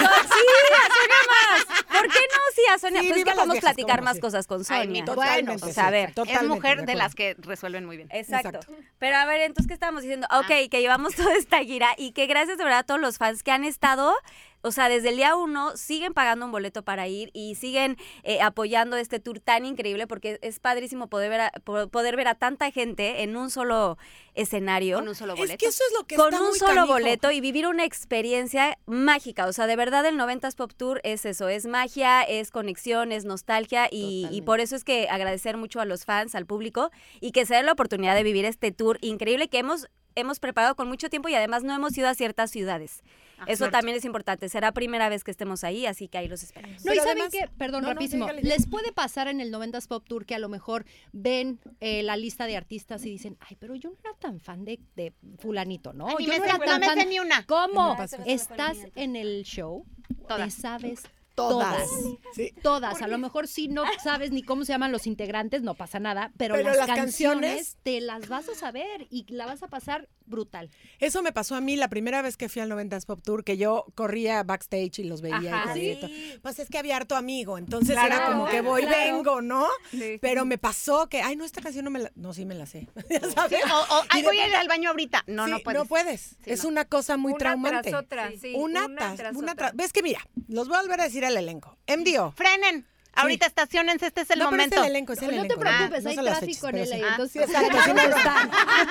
G: a Sonia más. ¿Por qué no? Sí, a Sonia.
C: Sí,
G: pues es
C: viva
G: que
C: las
G: podemos
C: viejas,
G: platicar
C: ¿cómo
G: más
C: sí?
G: cosas con
E: Ay,
G: Sonia.
E: mi-
C: Totalmente.
G: o sea, a ver,
C: sí,
E: es
C: totalmente,
E: mujer de
C: acuerdo.
E: las que resuelven muy bien.
G: Exacto.
C: Exacto.
G: Pero a ver, entonces, ¿qué estábamos diciendo? Ok, que llevamos toda esta gira y que gracias de verdad a todos los fans que han estado, o sea, desde el día uno, siguen pagando un boleto para ir y siguen eh, apoyando este tour tan increíble porque es padrísimo poder ver, a, po- poder ver a tanta gente en un solo escenario.
E: Con un solo boleto.
C: Es que eso es lo que
G: Con
C: está
G: un
C: muy
G: solo
C: canijo.
G: boleto y vivir una experiencia mágica. O sea, de verdad el noventas Pop Tour es eso, es magia, es conexión, es nostalgia y, y
C: Totalmente.
G: por eso es que agradecer mucho a los fans, al público y que se den la oportunidad de vivir este tour increíble que hemos, hemos preparado con mucho tiempo y además no hemos ido a ciertas ciudades.
E: Ah,
G: Eso
E: cierto.
G: también es importante. Será primera vez que estemos ahí, así que ahí los esperamos.
H: No, y
C: Pero
H: saben
C: además-
H: que, perdón,
C: No, no,
H: rapidísimo,
C: dígale,
H: les
C: dígale.
H: puede pasar en el noventas Pop Tour que a lo mejor ven eh, la lista de artistas y dicen, ay, pero yo no era tan fan de, de fulanito, ¿no?
E: Ay, ni
H: yo
E: me
H: no
E: sé-
H: era
E: no
H: tan
E: me
H: fan.
E: sé ni una.
H: ¿Cómo?
C: No pasa.
H: Estás en el show,
E: Todas.
H: te sabes
C: Todas.
H: todas.
C: Sí.
H: Todas, a lo mejor sí no sabes ni cómo se llaman los integrantes, no pasa nada, pero,
C: Pero
H: las,
C: las
H: canciones,
C: canciones-
H: te las vas a saber y la vas a pasar brutal.
C: Eso me pasó a mí la primera vez que fui al noventas Pop Tour, que yo corría backstage y los veía
D: Ajá,
C: y corría y
G: sí.
C: todo. Pues es que había harto amigo, entonces
D: Claro,
C: era como que voy,
H: claro.
C: vengo, ¿no?
D: Sí.
C: Pero me pasó que, ay, no, esta canción no me la... No, sí me la sé. ¿Ya sabes?
E: O, o, ay,
C: Y de
E: voy a ir al baño ahorita. No,
C: Sí,
E: no puedes.
C: No puedes.
E: Sí,
C: es
E: no.
C: una cosa muy
D: Una
C: traumante.
D: tras otra, sí,
C: Una,
D: una
C: tras,
D: tras
C: una
D: otra.
C: tras- ¿Ves que mira? Los voy a volver a decir al elenco. M D O.
E: Frenen. Ahorita estacionense, este es el
C: no, pero
E: momento.
C: es el elenco, es el
H: No te
C: elenco.
H: preocupes,
C: no
H: hay
C: son las
H: tráfico
C: fechas,
H: en
C: pero
H: L A,
C: sí.
H: entonces-
C: Sí, exacto, sí me gusta.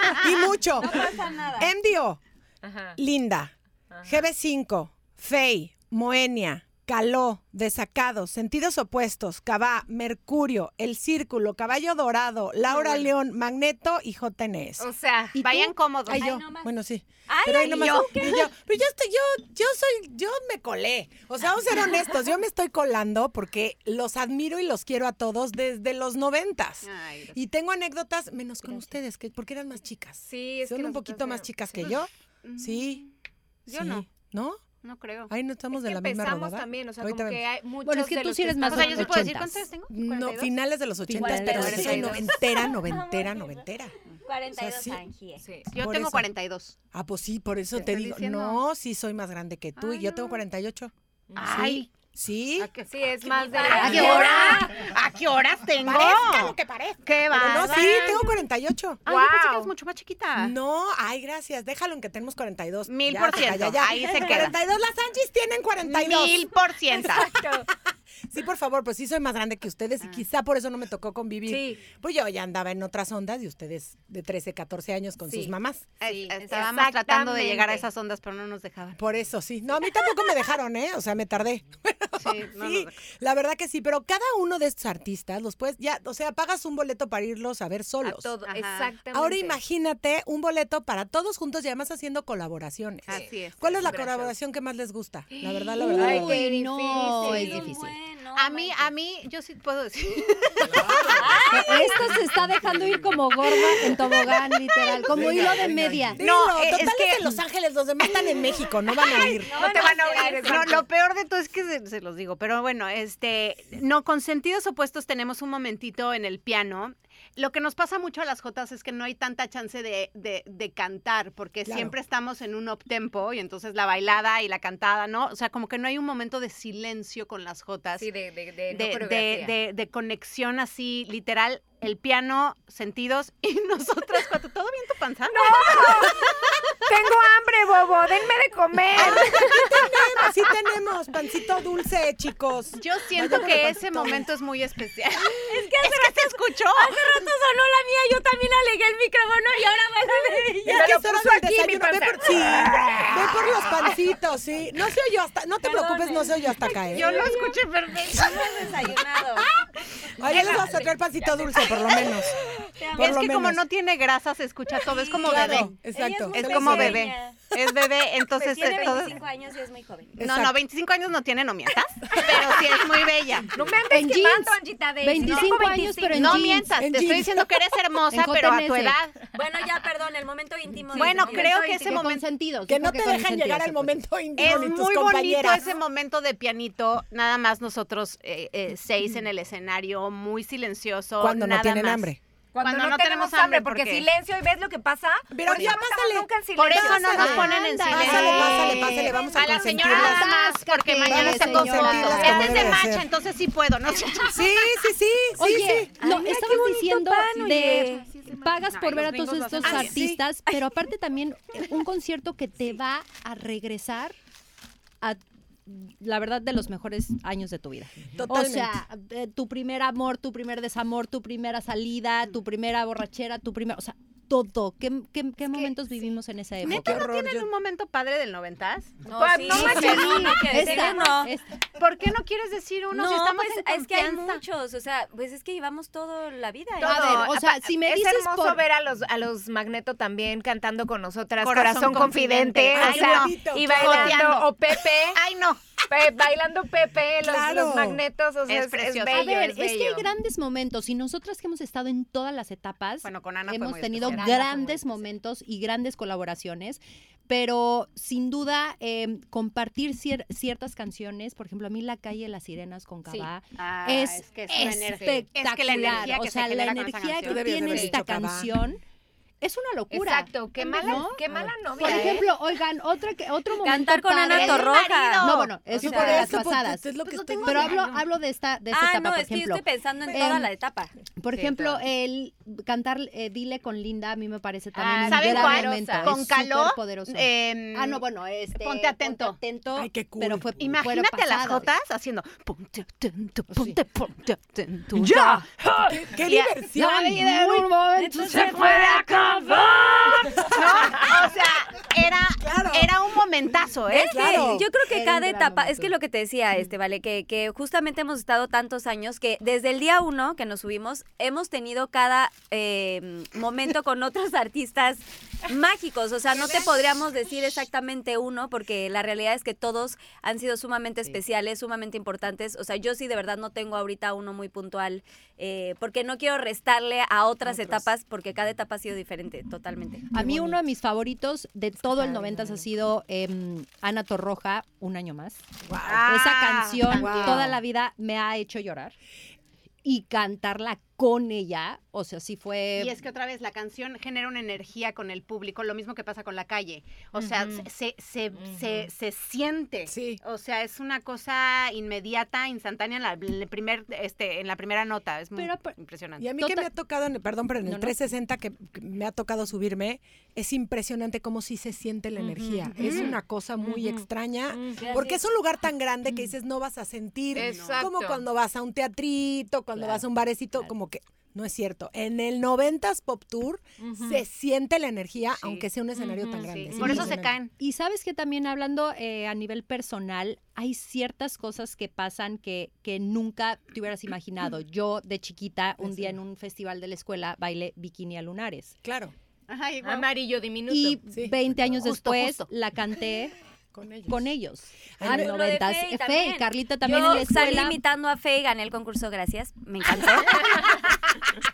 C: Y mucho.
G: No pasa nada.
C: M D O.
D: Ajá.
C: Linda, G B cinco, Fey, Moenia, Caló, Desacados, Sentidos Opuestos, Cabá, Mercurio, El Círculo, Caballo Dorado, Laura León, Magneto y J N S.
D: O sea,
C: ¿Y tú?
E: Vayan cómodos.
C: Ay,
G: Ay,
C: yo.
G: no más.
C: Bueno, sí.
G: Ay,
C: pero ahí
G: ay,
C: nomás.
G: yo.
C: y yo, pero yo estoy, yo, yo soy, yo me colé. O sea, vamos a ser honestos, yo me estoy colando porque los admiro y los quiero a todos desde los noventas.
E: Ay, Dios.
C: Y tengo anécdotas, menos con ustedes, que porque eran más chicas.
D: sí, es
C: Son
D: que
C: un
D: nosotros
C: poquito más
D: éramos-
C: chicas que yo. Sí.
E: Yo
C: sí.
E: no.
C: ¿No?
E: No creo.
C: Ahí no estamos
D: Es
C: de
D: que
C: la misma
D: empezamos
C: rodada.
D: también, o sea,
C: Ahorita
D: como que
C: vemos.
D: hay muchos
H: Bueno, es que
D: de
H: tú
D: los
H: sí eres más
E: O sea,
H: de
E: yo
H: los
E: sí puedo decir
H: ochentas.
E: cuántos años tengo.
C: No,
E: ¿cuarenta y dos?
C: finales de los ochentas,
G: Finales
C: pero
G: de
C: sí
G: los
C: soy
G: ochentas.
C: noventera, noventera, noventera.
G: cuarenta y dos
C: O sea, sí.
G: Angie.
D: Sí.
E: Yo
C: Por
E: tengo
C: eso.
E: cuarenta y dos.
C: Ah, pues sí, por eso
E: ¿Te
C: te
E: estoy
C: digo.
E: diciendo?
C: No, sí soy más grande que tú.
E: Ay,
C: y yo
E: no.
C: tengo cuarenta y ocho.
E: Ay.
C: Sí.
E: ¿A qué,
D: Sí, es más de
E: ¿A
D: la...
E: qué hora? ¿A qué horas tengo?
C: Parezca lo que parezca.
E: ¿Qué
C: Pero
E: va?
C: no, sí, tengo cuarenta y ocho.
E: Ay, yo pensé que
D: Wow.
E: eres mucho más chiquita.
C: No, ay, gracias. Déjalo en que tenemos cuarenta y dos.
E: Mil
C: Ya,
E: por
C: ya,
E: ciento.
C: ya, ya.
E: Ahí se queda.
C: cuarenta y dos, las Angies tienen cuarenta y dos.
E: Mil por ciento.
C: Sí, por favor, pues sí soy más grande que ustedes y quizá por eso no me tocó convivir.
D: Sí.
C: Pues yo ya andaba en otras ondas y ustedes de trece, catorce años con
D: Sí.
C: sus mamás.
D: Sí,
E: Estábamos tratando de llegar a
D: exactamente.
E: esas ondas, pero no nos dejaban.
C: Por eso, sí. No, a mí tampoco me dejaron, ¿eh? O sea, me tardé.
E: Sí, no
C: Sí,
E: nos dejaban.
C: la verdad que sí, pero cada uno de estos artistas los puedes, ya, o sea, pagas un boleto para irlos a ver
D: A
C: solos.
D: todo,
E: Ajá.
D: exactamente.
C: Ahora imagínate un boleto para todos juntos y además haciendo colaboraciones.
E: Así es.
C: ¿Cuál es la
D: Gracias.
C: colaboración que más les gusta? La verdad, la verdad.
D: Ay,
C: la verdad.
D: qué
H: Uy, no,
D: difícil.
H: es difícil.
G: Bueno,
E: A mí,
G: manches.
E: a mí, yo sí puedo decir.
H: Esto se está dejando ir como gorda en tobogán, literal, como hilo de media.
C: Dilo,
E: No, eh,
C: total
E: es que-
C: en Los Ángeles, los demás están en México, no van a ir.
D: No te van a oír,
E: No,
D: exacto.
E: lo peor de todo es que se, se los digo, pero bueno, este, no, con sentidos opuestos tenemos un momentito en el piano. Lo que nos pasa mucho a las jotas es que no hay tanta chance de, de, de cantar, porque
C: Claro.
E: siempre estamos en un up-tempo y entonces la bailada y la cantada, ¿no? O sea, como que no hay un momento de silencio con las jotas.
D: Sí, de, de, de, no
E: de, de,
D: coreografía.
E: de- de conexión así, literal. el piano, sentidos y nosotras cuatro. ¿Todo bien tu panza?
D: ¡No! Tengo hambre, bobo, denme de comer.
C: tenemos, sí tenemos pancito dulce, chicos.
E: Yo siento
C: Vaya
E: que
C: con el
E: ese
C: pancito.
E: momento es muy especial.
G: Es que hace
E: Es que
G: rato
E: se escuchó.
G: Hace rato sonó la mía, yo también alegué el micrófono y ahora va la de
C: Es
G: ella.
C: que
D: lo
C: es hora
D: puso
C: del
D: aquí, mi
C: desayuno. Ve
D: panza.
C: por, sí, ve por los pancitos, sí. No se oyó hasta, no te
G: Perdón,
C: preocupes, no se oyó hasta acá, ¿eh?
E: Yo lo escuché perfecto.
G: Hemos desayunado.
C: Oye, les vas a traer pancito dulce, por lo menos. Por
E: Es
C: lo
E: que como
C: menos.
E: no tiene grasa, se escucha todo. Es como
C: Claro,
E: bebé.
C: exacto.
G: Ella
E: Es
C: Se
E: como
C: les-
E: bebé.
G: pequeña.
E: Es bebé,
G: Pues
E: entonces
G: tiene
E: todo-
G: veinticinco años y es muy joven.
E: No,
C: Exacto.
E: no, veinticinco años no tiene, no mientas. Pero sí es muy bella.
D: No me andes
H: En
D: quemando,
H: jeans.
D: Anjita. De
H: veinticinco
D: no,
H: años, pero en
E: No
H: jeans.
E: mientas, te
C: en
E: estoy
C: jeans.
E: diciendo que eres hermosa,
H: En
E: pero a tu
H: J N S.
E: edad.
G: Bueno, ya, perdón, el momento íntimo. de-
E: Bueno,
G: de-
E: creo que
H: Que
E: ese
H: con
E: momento
H: sentidos,
C: Que
H: yo
C: no
H: creo
C: te
H: con
C: dejan
H: sentidos
C: llegar
H: se
C: al
H: puede.
C: momento íntimo
E: es
C: ni tus
E: muy bonito
C: compañeras.
E: ese momento de pianito, nada más nosotros eh, eh, seis en el escenario, muy silencioso.
C: Cuando no
E: nada
C: tienen
E: más.
C: hambre.
D: Cuando,
E: Cuando
D: no,
E: no
D: tenemos
E: tenemos hambre,
D: hambre, porque
E: porque-
D: silencio y ves lo que pasa.
C: Pero
D: por
C: ya
D: eso no estamos
C: pásale.
D: nunca en silencio.
E: Por eso no nos
C: Pásale.
E: ponen en
G: Ándale.
E: silencio.
C: Pásale, pásale, pásale, vamos a
E: A la señora
C: consentirlas.
E: nada más, porque mañana
H: Vamos a
E: tengo
H: consentirlas
E: fotos.
H: como
E: Este es
C: debe
E: de
C: de
E: macha,
C: ser.
E: entonces sí puedo, ¿no?
C: Sí, sí, sí, sí,
H: Oye,
C: sí.
H: no,
G: Ay, mira
H: estabas
G: qué bonito
H: diciendo
G: pan,
H: de
G: oye.
H: pagas
E: Ay,
H: por ver a
E: los
H: todos
E: gringos lo
H: estos
E: hacen bien.
H: artistas, pero aparte también eh, un concierto que te va a regresar a la verdad de los mejores años de tu vida.
C: Totalmente.
H: O sea, eh, tu primer amor, tu primer desamor, tu primera salida, tu primera borrachera, tu primer, o sea, todo. ¿Qué, qué, qué momentos vivimos en esa época?
E: ¿Neta no
C: horror,
E: tienen
C: yo-
E: un momento padre del noventas?
G: No,
D: Pues,
G: sí,
D: no
G: sí,
D: manches,
G: sí, no quieres
H: Esta,
G: decir uno.
H: esta.
E: ¿Por qué no quieres decir uno
G: No,
E: si estamos
G: pues
E: en
G: es que hay
E: confianza?
G: muchos, o sea, pues es que llevamos toda la vida. ¿eh?
H: A ver, o sea, si me
D: es
H: dices
D: hermoso
H: por-
D: ver a los a los Magneto también cantando con nosotras,
E: Corazón
D: Corazón,
E: Confidente.
D: Confidente,
C: Ay,
D: o
C: qué
D: sea,
C: bonito.
D: y bailando,
E: Joteando.
D: o Pepe,
E: Ay, no.
D: pe- bailando Pepe, los,
C: Claro.
D: los Magnetos, o sea,
E: Es
D: es, es
E: precioso.
D: bello,
H: A ver,
D: es
H: es, que hay
D: bello.
H: grandes momentos y nosotras que hemos estado en todas las etapas,
E: Bueno, con Ana fue
H: hemos
E: muy
H: tenido
E: especial.
D: Ana fue muy
H: grandes
D: especial.
H: momentos y grandes colaboraciones, pero sin duda eh, compartir cier- ciertas canciones, por ejemplo, a mí La Calle de las Sirenas con
D: Sí.
H: Cabá
E: Ah,
H: es,
E: es que es una energía.
H: espectacular.
E: Es que la energía que
H: o sea,
E: se
H: la
E: genera con esa
H: energía
E: canción.
H: que
C: Debías de
H: tiene
C: haber
H: esta
C: dicho Cabá.
H: canción es una locura.
D: Exacto, qué mala,
H: ¿no?
D: qué mala novia.
H: Por
D: ¿eh?
H: ejemplo, oigan, otra que otro momento
G: Cantar con Ana
H: padre-
G: Torroja.
H: No, bueno, eso
G: O
H: fue
G: sea,
H: de las
C: eso, pues,
H: pasadas.
C: es lo que
E: Pues no
C: estoy
E: tengo
H: Pero
C: diciendo.
H: hablo, hablo de esta, de esta
G: Ah,
H: etapa,
G: no,
H: por
G: es que yo
H: ejemplo.
G: estoy pensando en
H: em,
G: toda la etapa.
H: Por
D: Sí,
H: ejemplo,
D: todo.
H: el cantar eh, Dile con Linda a mí me parece también
D: Ah,
H: un
E: ¿saben
H: gran
E: cuál?
H: momento.
E: Con
H: es
E: Caló,
H: superpoderoso.
E: em,
H: ah, no, bueno, este...
E: Ponte Atento.
H: Ponte atento.
C: Ay, qué cool.
H: Pero fue
E: Imagínate
H: fueron
E: a las
H: pasadas.
E: jotas haciendo ponte atento,
H: Sí.
E: ponte, ponte atento.
H: ¡Ya!
C: ¡Qué, qué
E: Ya.
C: diversión!
H: La vida en un momento
G: Entonces,
H: se puede acabar.
E: No, o sea, era,
C: Claro.
E: era un momentazo, ¿eh?
G: Es que
C: Claro.
G: yo creo que
H: Era
G: cada
H: un gran
G: etapa, es
H: momento.
G: que lo que te decía, este, vale, que, que justamente hemos estado tantos años que desde el día uno que nos subimos, hemos tenido cada eh, momento con otros artistas mágicos. O sea, no te podríamos decir exactamente uno, porque la realidad es que todos han sido sumamente especiales, sumamente importantes. O sea, yo sí de verdad no tengo ahorita uno muy puntual, eh, porque no quiero restarle a otras etapas, porque cada etapa ha sido diferente, totalmente.
H: A mí uno de mis favoritos de todo el noventas ha sido em, Ana Torroja, Un año más.
E: Ah,
H: Esa canción
C: wow.
H: toda la vida me ha hecho llorar. Y cantarla con ella, o sea, sí fue...
E: Y es que otra vez la canción genera una energía con el público, lo mismo que pasa con la calle. O sea,
D: Ujú.
E: se, se,
D: Ujú.
E: se, se siente.
C: Sí.
E: O sea, es una cosa inmediata, instantánea en la, en el primer, este, en la primera nota. Es muy
H: Pero, pero-
E: impresionante.
C: Y a mí que
H: Total-
C: me ha tocado, en- perdón, pero en el
H: No, no.
C: trescientos sesenta que, que me ha tocado subirme, es impresionante cómo sí se siente la energía. Es una cosa muy
D: Ujú.
C: extraña,
D: Ujú.
C: porque es un lugar tan grande que dices no vas a sentir
D: Exacto.
C: como cuando vas a un teatrito, cuando
H: Claro,
C: vas a un barecito,
H: claro.
C: como que no es cierto. En el noventas Pop Tour
D: Ujú.
C: se siente la energía,
E: Sí.
C: aunque sea un escenario
D: Ujú,
C: tan
D: sí.
C: grande. Es
E: Por eso se
C: impresionante.
E: caen.
H: Y sabes que también hablando eh, a nivel personal, hay ciertas cosas que pasan que, que nunca te hubieras imaginado. Yo de chiquita, un día en un festival de la escuela, bailé Bikini a Lunares.
C: Claro,
E: Ajá, igual.
D: Amarillo diminuto.
H: Y
C: Sí.
H: veinte años
E: Justo,
H: después
E: justo.
H: la canté
C: con ellos.
H: con ellos.
C: Ay,
H: A
C: me-
G: Lo de
H: noventas.
G: Fey
H: Fe,
G: también.
H: Carlita también
G: Yo
H: en la
G: salí
H: escuela.
G: imitando a Fe y gané el concurso, gracias. Me encantó.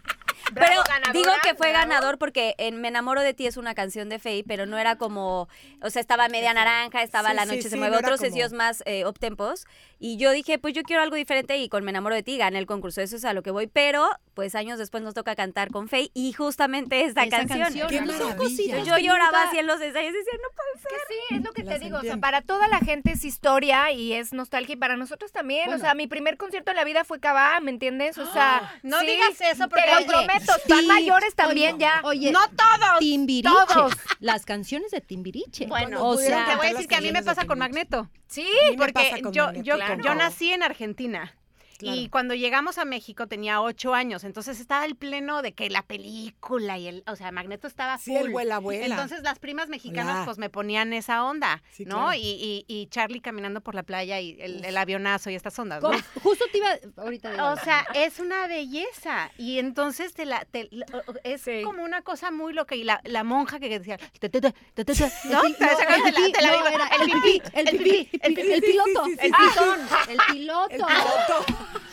G: Pero
D: ganadora,
G: digo que fue
D: bravo.
G: ganador porque en Me enamoro de ti es una canción de Faye, pero no era como, o sea, estaba Media Naranja, estaba
C: Sí,
G: La
C: sí,
G: noche
C: sí,
G: se mueve,
C: no era
G: otros
C: como-
G: sencillos más eh, uptempos. Y yo dije, pues yo quiero algo diferente y con Me enamoro de ti gané el concurso, eso es a lo que voy. Pero, pues años después nos toca cantar con Faye y justamente esta
H: Esa
G: canción.
H: canción.
C: ¡Qué
H: Son
C: maravilla!
H: cositas
G: Yo
H: que
G: lloraba
H: nunca-
G: así en los ensayos y decía, no puede ser.
D: Que sí, es lo que
C: Las
D: te digo, o sea,
C: entiendo.
D: para toda la gente es historia y es nostalgia y para nosotros también,
H: Bueno.
D: o sea, mi primer concierto en la vida fue Cabá, ¿me entiendes? O sea,
E: No
D: sí,
E: digas eso porque
D: te lo
E: oye,
D: prometo, están
H: sí,
D: mayores también
H: oye,
D: ya.
H: Oye,
E: no todos.
H: Timbiriche.
D: todos.
H: Las canciones de Timbiriche.
E: Bueno,
H: o
C: pudieron
H: sea,
E: te voy a
C: cantar
E: decir que a mí me
C: las canciones
E: pasa
C: de
E: con
C: Timbiriche.
E: Magneto.
D: Sí,
C: A mí me
E: Porque
C: pasa con
E: yo,
C: Magneto,
E: yo,
C: claro.
E: yo nací en Argentina.
C: Claro.
E: Y cuando llegamos a México tenía ocho años, entonces estaba el pleno de que la película y el, o sea, Magneto estaba
C: Sí, el
E: full.
C: vuela, vuela.
E: Entonces las primas mexicanas
C: Hola.
E: pues me ponían esa onda,
C: Sí,
E: ¿no?
C: claro.
E: Y, y, y Charlie caminando por la playa y el, el avionazo y estas ondas, ¿no?
H: con- justo te iba, ahorita digo
E: O
H: algo.
E: sea, es una belleza. Y entonces te la, te- la- o- o- es
D: Sí.
E: como una cosa muy loca. Y la, la monja que decía, "Te, te, te, te, te, te", ¿no?
H: El pi-
E: Te
H: no,
E: sacaron
H: el
E: de la-
H: pipí,
E: de la
H: no,
E: viva-
H: era
E: el pipí,
H: el pipí, el pipí, el piloto,
C: sí, sí,
H: el
C: sí.
H: pitón, el piloto.
C: El piloto.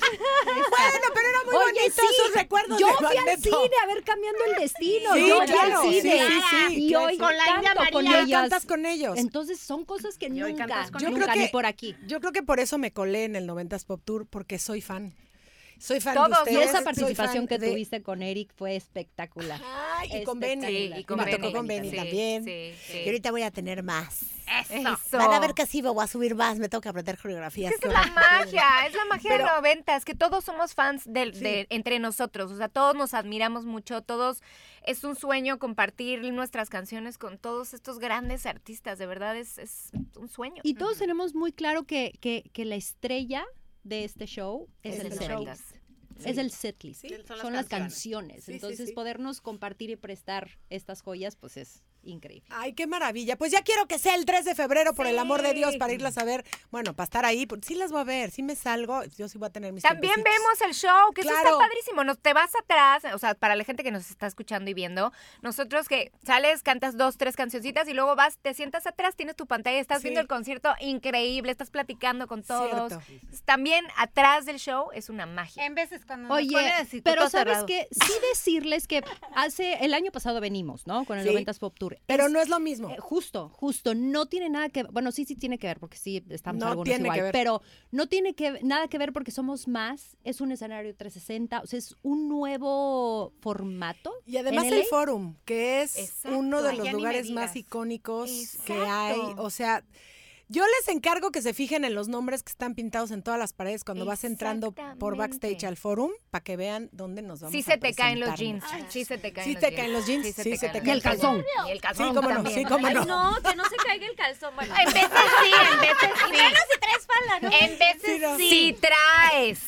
C: Bueno, pero era muy
H: Oye,
C: bonito
H: sí,
C: esos recuerdos
H: yo
C: de
H: fui al
C: Magneto.
H: cine a ver Cambiando el Destino.
C: Sí,
H: yo fui
C: claro,
H: al
C: sí,
H: cine.
C: sí, sí,
H: Y
C: claro.
H: hoy
E: Con la India
H: canto con
E: María.
C: Y hoy
H: ellas.
C: cantas con ellos.
H: Entonces son cosas que
E: Y hoy
H: nunca,
E: cantas con
C: Yo
H: nunca
C: creo que-
H: ni por aquí.
C: Yo creo que por eso me colé en el noventas Pop Tour, porque soy fan. Soy fan
D: Todos,
C: de
D: ¿no?
C: ustedes.
H: Y esa
C: soy
H: participación
C: fan
H: que
C: de-
H: tuviste con Eric fue espectacular.
C: Ay, y con Benny.
D: Sí, y con
C: me
D: Benny.
C: tocó con Benny
D: Sí,
C: también.
D: sí, sí.
C: Y ahorita voy a tener más.
E: Eso.
D: Eso.
C: Van a ver que sí me voy a subir más, me tengo que aprender coreografías.
D: Es
C: qué
D: la
C: horror.
D: magia, es la magia
C: Pero-
D: de noventas, que todos somos fans del-
C: Sí.
D: de, entre nosotros, o sea, todos nos admiramos mucho, todos, es un sueño compartir nuestras canciones con todos estos grandes artistas, de verdad es, es un sueño.
H: Y todos tenemos muy claro que, que, que la estrella de este show es,
D: Es
H: el
D: el
H: setlist.
D: noventas.
H: Es el setlist.
C: Sí,
H: son,
E: son
H: las
E: las
H: canciones.
C: Sí, sí,
H: Entonces,
C: sí.
H: podernos compartir y prestar estas joyas, pues es increíble.
C: Ay, qué maravilla. Pues ya quiero que sea el tres de febrero, por el amor de Dios, para irlas a ver. Bueno, para estar ahí. pues, sí las voy a ver, sí me salgo. Yo sí voy a tener mis
D: También
C: tiempecitos.
D: vemos el show, que eso
C: Claro.
D: está padrísimo. Nos, te vas atrás, o sea, para la gente que nos está escuchando y viendo, nosotros que sales, cantas dos, tres cancioncitas y luego vas, te sientas atrás, tienes tu pantalla, estás
C: Sí.
D: viendo el concierto increíble, estás platicando con todos.
C: Cierto.
D: También atrás del show es una magia.
E: En veces cuando nos
H: Oye,
E: ponen así,
H: pero
E: todo
H: sabes
E: cerrado.
H: que sí decirles que hace el año pasado venimos, ¿no? Con el
C: Sí.
H: noventas Pop Tour.
C: Pero
H: Es-
C: no es lo mismo.
H: eh, justo, justo, no tiene nada que ver, bueno, sí, sí tiene que ver, porque sí estamos
C: No
H: algunos
C: tiene
H: igual,
C: que ver.
H: pero no tiene que nada que ver porque somos más, es un escenario trescientos sesenta, o sea, es un nuevo formato.
C: Y además
H: en
C: el
H: L A.
C: Forum, que es
D: Exacto.
C: uno de
E: Ay,
C: los
E: ya ni me
C: lugares más
E: digas.
C: icónicos que
D: Exacto.
C: hay. O sea, yo les encargo que se fijen en los nombres que están pintados en todas las paredes cuando vas entrando por backstage
D: Exactamente.
C: al Forum, para que vean dónde nos vamos
D: Sí
C: a
D: se te caen los
C: presentar.
D: jeans. Sí se te caen
C: Sí
D: los
C: te
D: jeans.
C: caen los jeans, sí se te
D: caen
C: caen
H: Y el calzón.
D: Y el calzón
C: Sí, cómo no,
D: también.
C: sí, cómo
G: Ay,
C: no.
G: no, que no se caiga el calzón. Bueno,
E: En veces sí, en veces sí.
G: menos si traes falda, ¿no?
E: En veces
C: Sí, no.
E: sí.
D: Sí traes.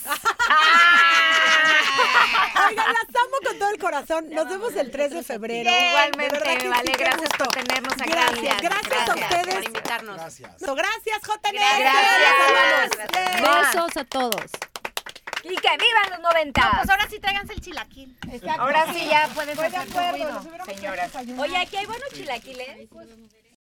C: Oigan, las amo con todo el corazón. Nos vemos el tres de febrero.
D: Igualmente,
C: De verdad que sí,
D: vale,
C: qué
D: gracias
C: gusto.
D: por tenernos acá.
C: Gracias, gracias, a
E: Gracias
C: ustedes.
E: por invitarnos.
F: Gracias.
C: No, gracias, J N.
E: Gracias.
C: Gracias.
H: Besos a todos.
D: Y que vivan los noventas.
E: Pues ahora sí tráiganse el chilaquil.
D: Ahora sí ya puedes
C: Estoy de
D: hacer tu
C: acuerdo,
D: ruido,
C: nos hubiéramos
D: señoras.
G: Oye, aquí hay buenos chilaquiles.